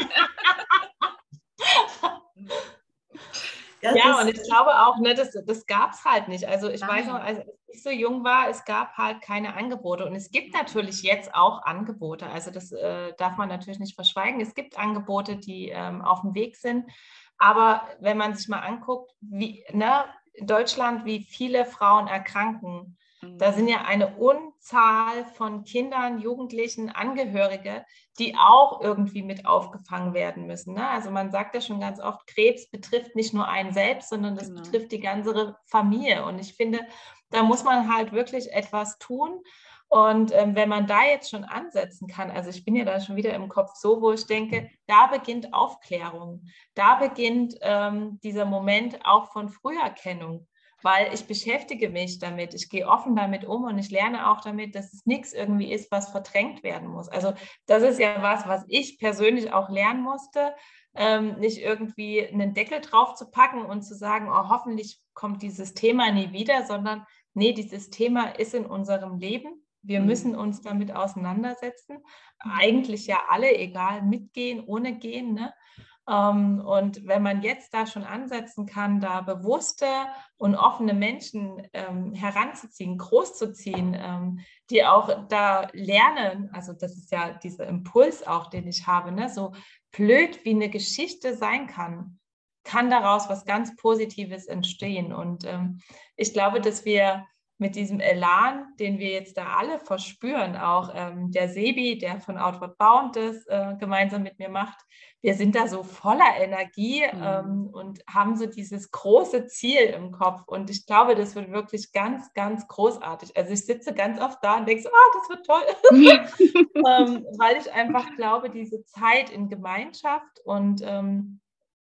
ja, ja, und ich glaube auch, ne, das, das gab es halt nicht. Also ich Nein. weiß noch, als ich so jung war, es gab halt keine Angebote. Und es gibt natürlich jetzt auch Angebote. Also das äh, darf man natürlich nicht verschweigen. Es gibt Angebote, die ähm, auf dem Weg sind. Aber wenn man sich mal anguckt, wie, ne, in Deutschland, wie viele Frauen erkranken, da sind ja eine Unzahl von Kindern, Jugendlichen, Angehörige, die auch irgendwie mit aufgefangen werden müssen. Ne? Also man sagt ja schon ganz oft, Krebs betrifft nicht nur einen selbst, sondern das genau. betrifft die ganze Familie. Und ich finde, da muss man halt wirklich etwas tun. Und ähm, wenn man da jetzt schon ansetzen kann, also ich bin ja da schon wieder im Kopf so, wo ich denke, da beginnt Aufklärung, da beginnt ähm, dieser Moment auch von Früherkennung. Weil ich beschäftige mich damit, ich gehe offen damit um und ich lerne auch damit, dass es nichts irgendwie ist, was verdrängt werden muss. Also das ist ja was, was ich persönlich auch lernen musste, ähm, nicht irgendwie einen Deckel drauf zu packen und zu sagen, oh, hoffentlich kommt dieses Thema nie wieder, sondern nee, dieses Thema ist in unserem Leben. Wir mhm. müssen uns damit auseinandersetzen. Eigentlich ja alle, egal mitgehen, ohne gehen, ne? Um, und wenn man jetzt da schon ansetzen kann, da bewusste und offene Menschen ähm, heranzuziehen, großzuziehen, ähm, die auch da lernen, also das ist ja dieser Impuls auch, den ich habe, ne? So blöd wie eine Geschichte sein kann, kann daraus was ganz Positives entstehen. Und ähm, ich glaube, dass wir mit diesem Elan, den wir jetzt da alle verspüren, auch ähm, der Sebi, der von Outward Bound das äh, gemeinsam mit mir macht, wir sind da so voller Energie mhm. ähm, und haben so dieses große Ziel im Kopf. Und ich glaube, das wird wirklich ganz, ganz großartig. Also ich sitze ganz oft da und denke so, ah, das wird toll. ähm, weil ich einfach glaube, diese Zeit in Gemeinschaft und ähm,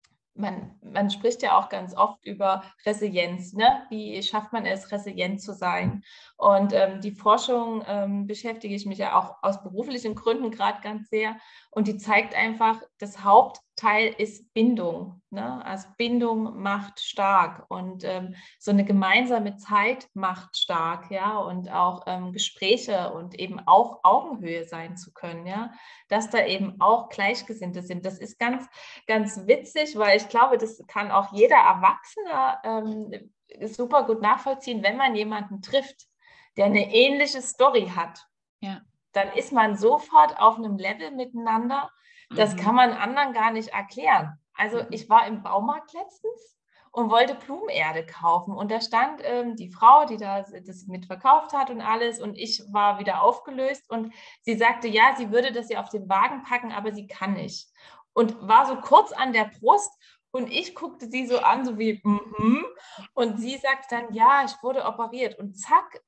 Man, man spricht ja auch ganz oft über Resilienz, ne? Wie schafft man es, resilient zu sein? Und ähm, die Forschung ähm, beschäftige ich mich ja auch aus beruflichen Gründen gerade ganz sehr. Und die zeigt einfach, das Hauptteil ist Bindung, ne? Also Bindung macht stark und ähm, so eine gemeinsame Zeit macht stark, ja, und auch ähm, Gespräche und eben auch Augenhöhe sein zu können, ja, dass da eben auch Gleichgesinnte sind. Das ist ganz, ganz witzig, weil ich glaube, das kann auch jeder Erwachsene ähm, super gut nachvollziehen, wenn man jemanden trifft, der eine ähnliche Story hat. Ja. Dann ist man sofort auf einem Level miteinander, das mhm. kann man anderen gar nicht erklären. Also ich war im Baumarkt letztens und wollte Blumenerde kaufen und da stand ähm, die Frau, die da das mitverkauft hat und alles und ich war wieder aufgelöst und sie sagte, ja, sie würde das ja auf den Wagen packen, aber sie kann nicht. Und war so kurz an der Brust und ich guckte sie so an, so wie mhm. und sie sagte dann, ja, ich wurde operiert und zack,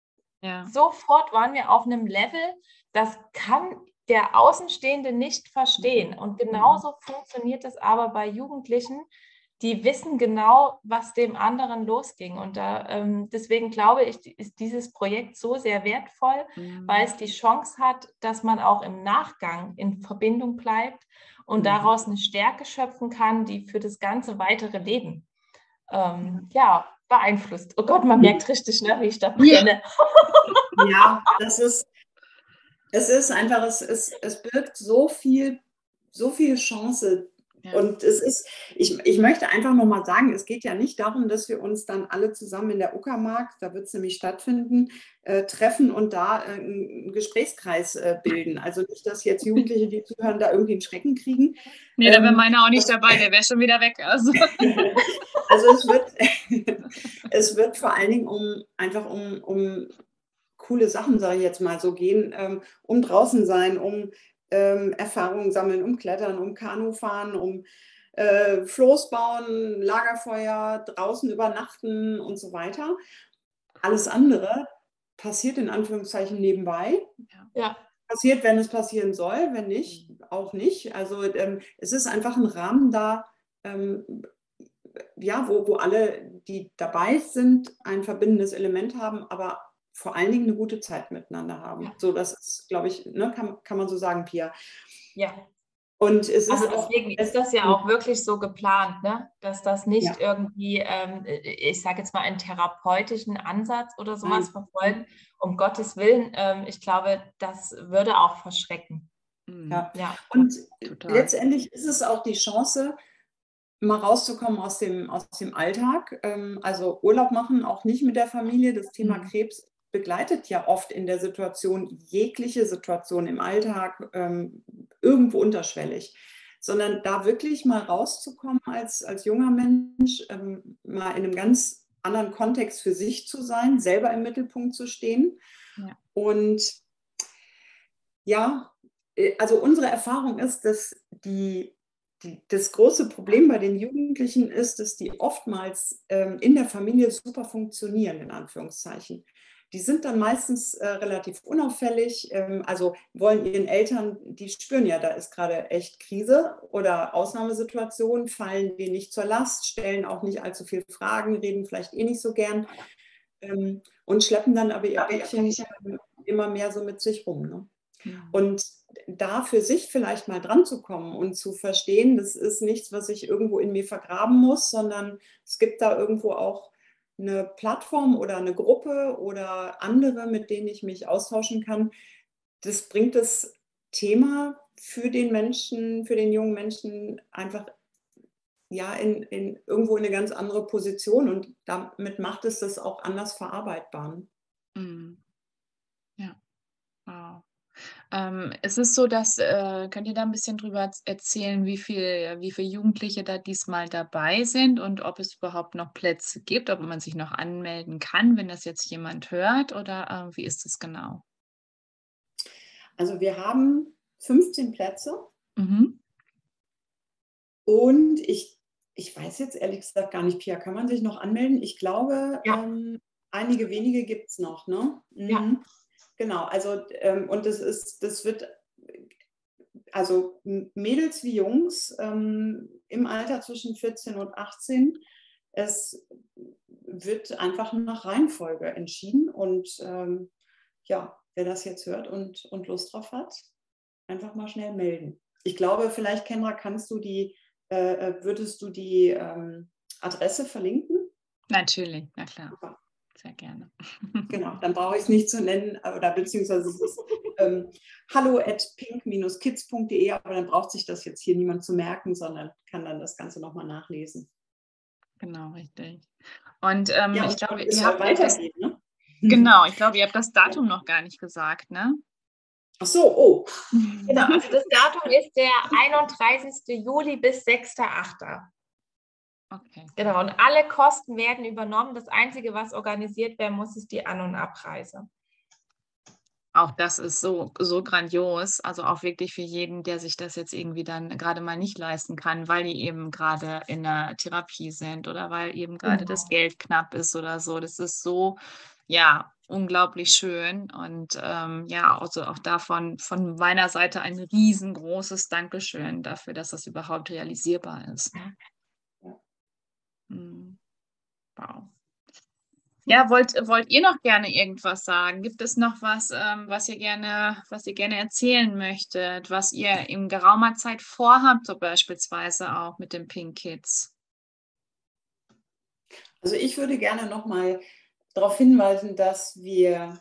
ja. Sofort waren wir auf einem Level, das kann der Außenstehende nicht verstehen. Und genauso funktioniert es aber bei Jugendlichen, die wissen genau, was dem anderen losging. Und da, ähm, deswegen glaube ich, ist dieses Projekt so sehr wertvoll, mhm. weil es die Chance hat, dass man auch im Nachgang in Verbindung bleibt und mhm. daraus eine Stärke schöpfen kann, die für das ganze weitere Leben ähm, ja, beeinflusst. Oh Gott, man merkt richtig, ne, wie ich da brenne. Ja, das ist, es ist einfach, es, es, es birgt so viel, so viel Chance. Ja. Und es ist, ich, ich möchte einfach nochmal sagen, es geht ja nicht darum, dass wir uns dann alle zusammen in der Uckermark, da wird es nämlich stattfinden, äh, treffen und da äh, einen Gesprächskreis äh, bilden. Also nicht, dass jetzt Jugendliche, die zuhören, da irgendwie einen Schrecken kriegen. Nee, da wäre ähm, meiner auch nicht dabei, der wäre schon wieder weg. Also, also es wird, es wird vor allen Dingen um einfach um, um coole Sachen, sage ich jetzt mal so, gehen, ähm, um draußen sein, um ähm, Erfahrungen sammeln, um Klettern, um Kanufahren, um äh, Floß bauen, Lagerfeuer, draußen übernachten und so weiter. Alles andere passiert in Anführungszeichen nebenbei. Ja. Passiert, wenn es passieren soll, wenn nicht, auch nicht. Also ähm, es ist einfach ein Rahmen da, ähm, ja, wo, wo alle, die dabei sind, ein verbindendes Element haben, aber vor allen Dingen eine gute Zeit miteinander haben. Ja. So, das ist, glaube ich, ne, kann, kann man so sagen, Pia. Ja. Und es Also ist auch, deswegen es, ist das ja auch wirklich so geplant, ne? Dass das nicht ja. irgendwie, ähm, ich sage jetzt mal, einen therapeutischen Ansatz oder sowas Nein. verfolgt. Um Gottes Willen, ähm, ich glaube, das würde auch verschrecken. Ja. Ja. Und Total. letztendlich ist es auch die Chance, mal rauszukommen aus dem, aus dem Alltag. Ähm, also Urlaub machen, auch nicht mit der Familie. Das Thema Mhm. Krebs begleitet ja oft in der Situation, jegliche Situation im Alltag, ähm, irgendwo unterschwellig. Sondern da wirklich mal rauszukommen als, als junger Mensch, ähm, mal in einem ganz anderen Kontext für sich zu sein, selber im Mittelpunkt zu stehen. Ja. Und ja, äh, also unsere Erfahrung ist, dass die, die, das große Problem bei den Jugendlichen ist, dass die oftmals ähm, in der Familie super funktionieren, in Anführungszeichen. Die sind dann meistens äh, relativ unauffällig, ähm, also wollen ihren Eltern, die spüren ja, da ist gerade echt Krise oder Ausnahmesituation, fallen denen nicht zur Last, stellen auch nicht allzu viele Fragen, reden vielleicht eh nicht so gern ähm, und schleppen dann aber ihr Päckchen immer mehr so mit sich rum. Ne? Mhm. Und da für sich vielleicht mal dran zu kommen und zu verstehen, das ist nichts, was ich irgendwo in mir vergraben muss, sondern es gibt da irgendwo auch eine Plattform oder eine Gruppe oder andere, mit denen ich mich austauschen kann. Das bringt das Thema für den Menschen, für den jungen Menschen einfach ja, in, in irgendwo in eine ganz andere Position und damit macht es das auch anders verarbeitbar. Mhm. Ja, wow. Ähm, es ist so, dass, äh, könnt ihr da ein bisschen drüber erzählen, wie viel, wie viele Jugendliche da diesmal dabei sind und ob es überhaupt noch Plätze gibt, ob man sich noch anmelden kann, wenn das jetzt jemand hört oder äh, wie ist das genau? Also wir haben fünfzehn Plätze Mhm. und ich, ich weiß jetzt ehrlich gesagt gar nicht, Pia, kann man sich noch anmelden? Ich glaube, Ja. ähm, einige wenige gibt es noch, ne? Mhm. Ja. Genau, also ähm, und das ist, das wird also Mädels wie Jungs ähm, im Alter zwischen vierzehn und achtzehn. Es wird einfach nach Reihenfolge entschieden und ähm, ja, wer das jetzt hört und, und Lust drauf hat, einfach mal schnell melden. Ich glaube, vielleicht, Kendra, kannst du die, äh, würdest du die ähm, Adresse verlinken? Natürlich, na klar, Super. sehr gerne. Genau, dann brauche ich es nicht zu nennen, oder beziehungsweise es ist ähm, hallo at pink dash kids punkt de, aber dann braucht sich das jetzt hier niemand zu merken, sondern kann dann das Ganze nochmal nachlesen. Genau, richtig. Und ähm, Ja, ich glaube, es ihr soll habt das, weitergehen, ne? genau, ich glaube, ihr habt das Datum noch gar nicht gesagt, ne? Ach so, oh. Genau, also das Datum ist der einunddreißigste Juli bis sechster achter Okay. Genau, und alle Kosten werden übernommen. Das Einzige, was organisiert werden muss, ist die An- und Abreise. Auch das ist so so grandios, also auch wirklich für jeden, der sich das jetzt irgendwie dann gerade mal nicht leisten kann, weil die eben gerade in 'ner Therapie sind oder weil eben gerade das Genau. Geld knapp ist oder so. Das ist so, ja, unglaublich schön und, ähm, ja, also auch davon von meiner Seite ein riesengroßes Dankeschön dafür, dass das überhaupt realisierbar ist. Ja. Mhm. Wow. Ja, wollt wollt ihr noch gerne irgendwas sagen? Gibt es noch was, ähm, was ihr gerne was ihr gerne erzählen möchtet, was ihr in geraumer Zeit vorhabt, so beispielsweise auch mit den Pink Kids? Also ich würde gerne nochmal darauf hinweisen, dass wir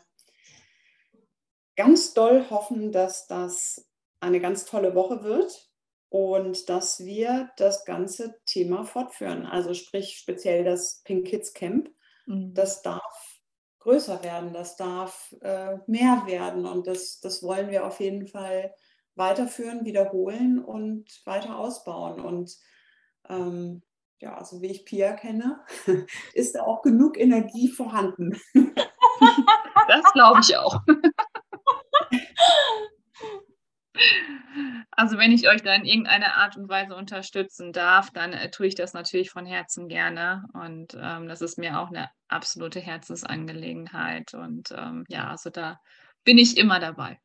ganz doll hoffen, dass das eine ganz tolle Woche wird und dass wir das ganze Thema fortführen. Also sprich speziell das Pink Kids Camp. Mhm. Das darf größer werden, das darf äh, mehr werden und das, das wollen wir auf jeden Fall weiterführen, wiederholen und weiter ausbauen. Und ähm, ja, so wie ich Pia kenne, ist da auch genug Energie vorhanden. Das glaube ich auch. Also wenn ich euch da in irgendeiner Art und Weise unterstützen darf, dann äh, tue ich das natürlich von Herzen gerne. Und ähm, das ist mir auch eine absolute Herzensangelegenheit. Und ähm, ja, also da bin ich immer dabei.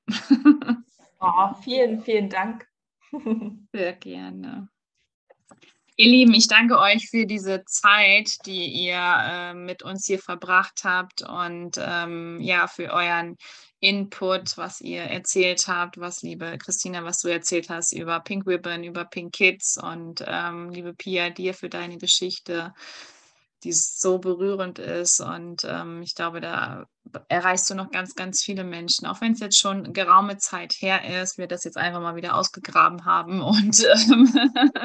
Oh, vielen, vielen Dank. Sehr gerne. Ihr Lieben, ich danke euch für diese Zeit, die ihr äh, mit uns hier verbracht habt und ähm, ja, für euren Input, was ihr erzählt habt, was, liebe Christina, was du erzählt hast über Pink Ribbon, über Pink Kids und ähm, liebe Pia, dir für deine Geschichte, die so berührend ist und ähm, ich glaube, da erreichst du noch ganz, ganz viele Menschen, auch wenn es jetzt schon geraume Zeit her ist, wir das jetzt einfach mal wieder ausgegraben haben und ähm,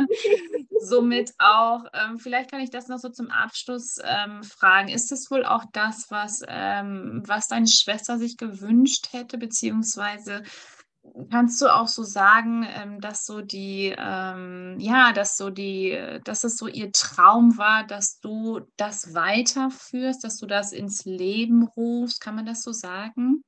somit auch, ähm, vielleicht kann ich das noch so zum Abschluss ähm, fragen, ist es wohl auch das, was, ähm, was deine Schwester sich gewünscht hätte, beziehungsweise kannst du auch so sagen, ähm, dass so die, ähm, ja, dass so die, dass es so ihr Traum war, dass du das weiterführst, dass du das ins Leben rufst, kann man das so sagen?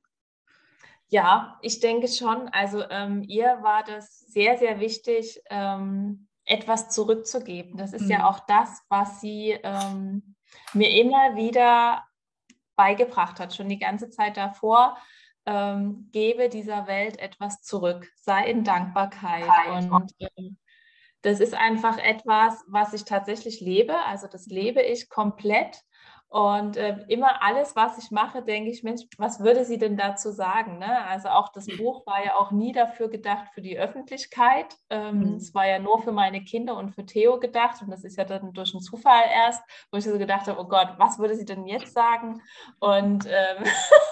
Ja, ich denke schon. Also ähm, ihr war das sehr, sehr wichtig, ähm, etwas zurückzugeben. Das ist ja Mhm. auch das, was sie ähm, mir immer wieder beigebracht hat, schon die ganze Zeit davor. Ähm, gebe dieser Welt etwas zurück, sei in Dankbarkeit. Und ähm, das ist einfach etwas, was ich tatsächlich lebe. Also das lebe ich komplett. Und äh, immer alles, was ich mache, denke ich, Mensch, was würde sie denn dazu sagen? Ne? Also auch das Buch war ja auch nie dafür gedacht für die Öffentlichkeit. Ähm, Mhm. Es war ja nur für meine Kinder und für Theo gedacht. Und das ist ja dann durch einen Zufall erst, wo ich so gedacht habe, oh Gott, was würde sie denn jetzt sagen? Und ähm,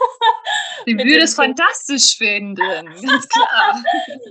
Sie mit würde dem es fantastisch finden, ganz klar.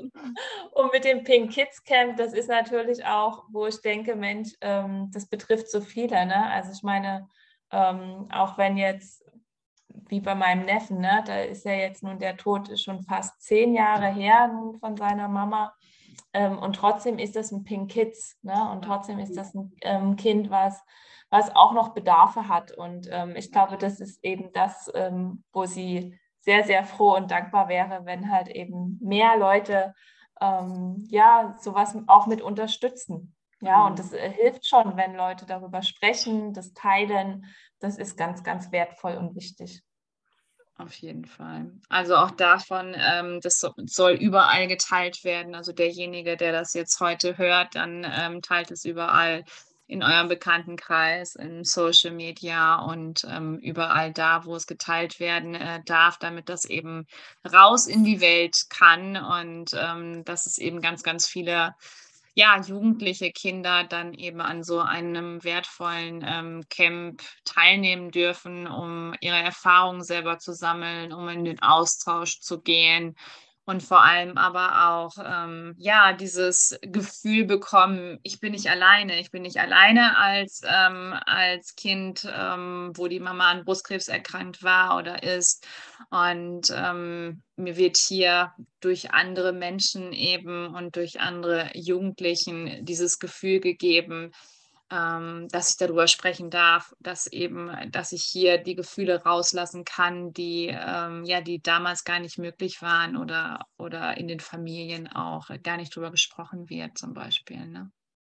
Und mit dem Pink Kids Camp, das ist natürlich auch, wo ich denke, Mensch, ähm, das betrifft so viele. Ne? Also ich meine, ähm, auch wenn jetzt, wie bei meinem Neffen, ne, da ist ja jetzt nun der Tod ist schon fast zehn Jahre her nun von seiner Mama. Ähm, und trotzdem ist das ein Pink Kids. Ne? Und trotzdem ist das ein ähm, Kind, was, was auch noch Bedarfe hat. Und ähm, ich glaube, das ist eben das, ähm, wo sie sehr, sehr froh und dankbar wäre, wenn halt eben mehr Leute ähm, ja, sowas auch mit unterstützen. Ja, und das äh, hilft schon, wenn Leute darüber sprechen, das teilen. Das ist ganz, ganz wertvoll und wichtig. Auf jeden Fall. Also auch davon, ähm, das so, soll überall geteilt werden. Also derjenige, der das jetzt heute hört, dann ähm, teilt es überall in eurem Bekanntenkreis, in Social Media und ähm, überall da, wo es geteilt werden äh, darf, damit das eben raus in die Welt kann und ähm, dass es eben ganz, ganz viele ja, jugendliche Kinder dann eben an so einem wertvollen ähm, Camp teilnehmen dürfen, um ihre Erfahrungen selber zu sammeln, um in den Austausch zu gehen und vor allem aber auch ähm, ja dieses Gefühl bekommen, ich bin nicht alleine, ich bin nicht alleine als ähm, als Kind, ähm, wo die Mama an Brustkrebs erkrankt war oder ist und ähm, mir wird hier durch andere Menschen eben und durch andere Jugendlichen dieses Gefühl gegeben, ähm, dass ich darüber sprechen darf, dass eben, dass ich hier die Gefühle rauslassen kann, die ähm, ja, die damals gar nicht möglich waren oder, oder in den Familien auch gar nicht drüber gesprochen wird, zum Beispiel. Ne?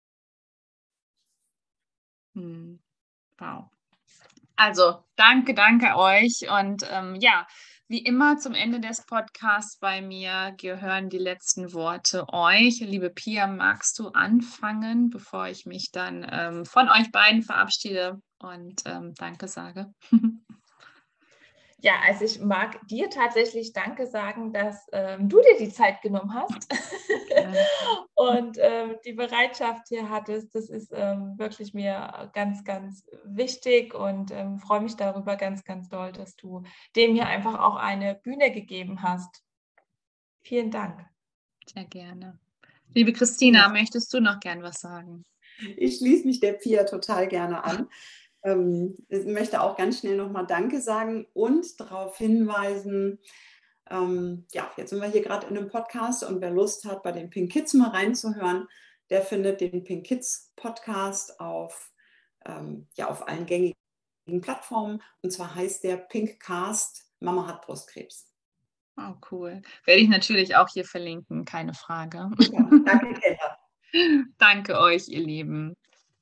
Hm. Wow. Also, danke, danke euch. Und ähm, ja, wie immer zum Ende des Podcasts bei mir gehören die letzten Worte euch. Liebe Pia, magst du anfangen, bevor ich mich dann ähm, von euch beiden verabschiede und ähm, Danke sage? Ja, also ich mag dir tatsächlich Danke sagen, dass ähm, du dir die Zeit genommen hast und ähm, die Bereitschaft hier hattest. Das ist ähm, wirklich mir ganz, ganz wichtig und ähm, freue mich darüber ganz, ganz doll, dass du dem hier einfach auch eine Bühne gegeben hast. Vielen Dank. Sehr gerne. Liebe Christina, ja. Möchtest du noch gern was sagen? Ich schließe mich der Pia total gerne an. Ähm, ich möchte auch ganz schnell nochmal Danke sagen und darauf hinweisen, ähm, ja, jetzt sind wir hier gerade in einem Podcast und wer Lust hat, bei den Pink Kids mal reinzuhören, der findet den Pink Kids Podcast auf, ähm, ja, auf allen gängigen Plattformen. Und zwar heißt der Pinkcast Mama hat Brustkrebs. Oh, cool. Werde ich natürlich auch hier verlinken, keine Frage. Ja, danke, Kendra. Danke euch, ihr Lieben.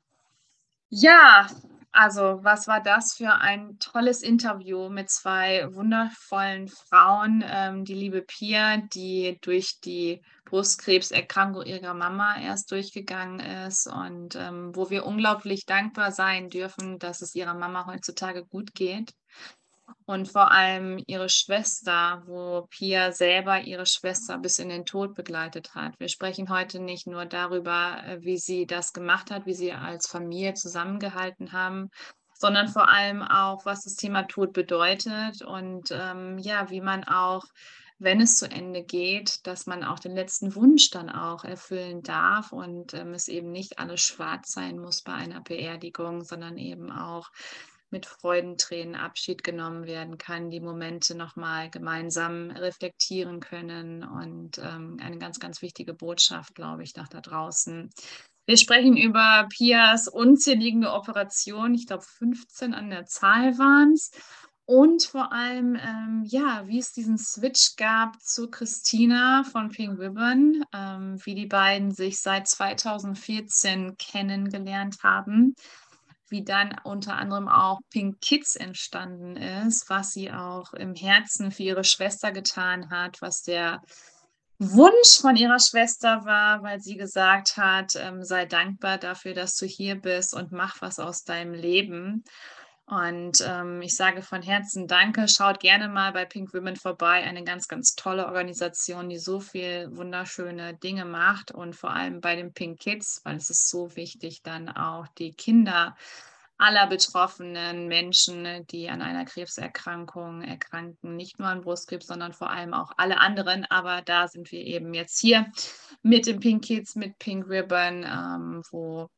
Ja, also was war das für ein tolles Interview mit zwei wundervollen Frauen. Ähm, die liebe Pia, die durch die Brustkrebserkrankung ihrer Mama erst durchgegangen ist und ähm, wo wir unglaublich dankbar sein dürfen, dass es ihrer Mama heutzutage gut geht. Und vor allem ihre Schwester, wo Pia selber ihre Schwester bis in den Tod begleitet hat. Wir sprechen heute nicht nur darüber, wie sie das gemacht hat, wie sie als Familie zusammengehalten haben, sondern vor allem auch, was das Thema Tod bedeutet und ähm, ja, wie man auch, wenn es zu Ende geht, dass man auch den letzten Wunsch dann auch erfüllen darf und ähm, es eben nicht alles schwarz sein muss bei einer Beerdigung, sondern eben auch mit Freudentränen Abschied genommen werden kann, die Momente nochmal gemeinsam reflektieren können und ähm, eine ganz, ganz wichtige Botschaft, glaube ich, nach da draußen. Wir sprechen über Pias unzählige Operationen, ich glaube fünfzehn an der Zahl waren es. Und vor allem, ähm, ja, wie es diesen Switch gab zu Christina von Pink Ribbon, ähm, wie die beiden sich seit zweitausendvierzehn kennengelernt haben, wie dann unter anderem auch Pink Kids entstanden ist, was sie auch im Herzen für ihre Schwester getan hat, was der Wunsch von ihrer Schwester war, weil sie gesagt hat, ähm, sei dankbar dafür, dass du hier bist und mach was aus deinem Leben. Und ähm, ich sage von Herzen Danke. Schaut gerne mal bei Pink Women vorbei. Eine ganz, ganz tolle Organisation, die so viel wunderschöne Dinge macht. Und vor allem bei den Pink Kids, weil es ist so wichtig, dann auch die Kinder aller betroffenen Menschen, die an einer Krebserkrankung erkranken, nicht nur an Brustkrebs, sondern vor allem auch alle anderen. Aber da sind wir eben jetzt hier mit den Pink Kids, mit Pink Ribbon, ähm, wo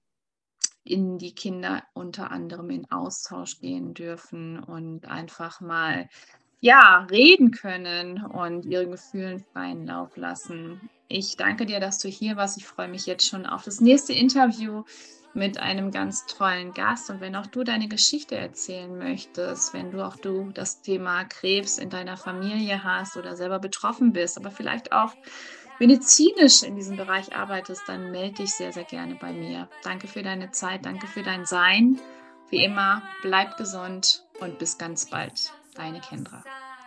in die Kinder unter anderem in Austausch gehen dürfen und einfach mal ja, reden können und ihren Gefühlen freien Lauf lassen. Ich danke dir, dass du hier warst. Ich freue mich jetzt schon auf das nächste Interview mit einem ganz tollen Gast. Und wenn auch du deine Geschichte erzählen möchtest, wenn du auch du das Thema Krebs in deiner Familie hast oder selber betroffen bist, aber vielleicht auch medizinisch in diesem Bereich arbeitest, dann melde dich sehr, sehr gerne bei mir. Danke für deine Zeit, danke für dein Sein. Wie immer, bleib gesund und bis ganz bald. Deine Kendra.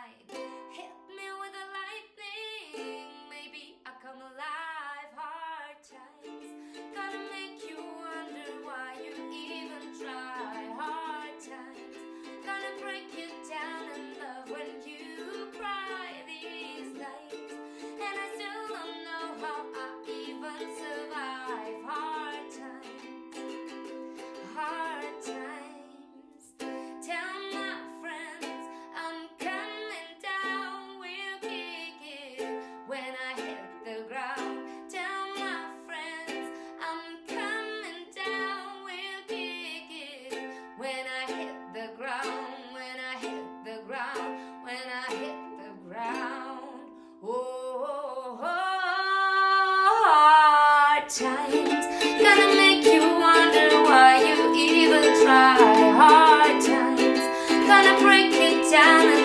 Times, gonna make you wonder why you even try. Hard times, gonna break you down.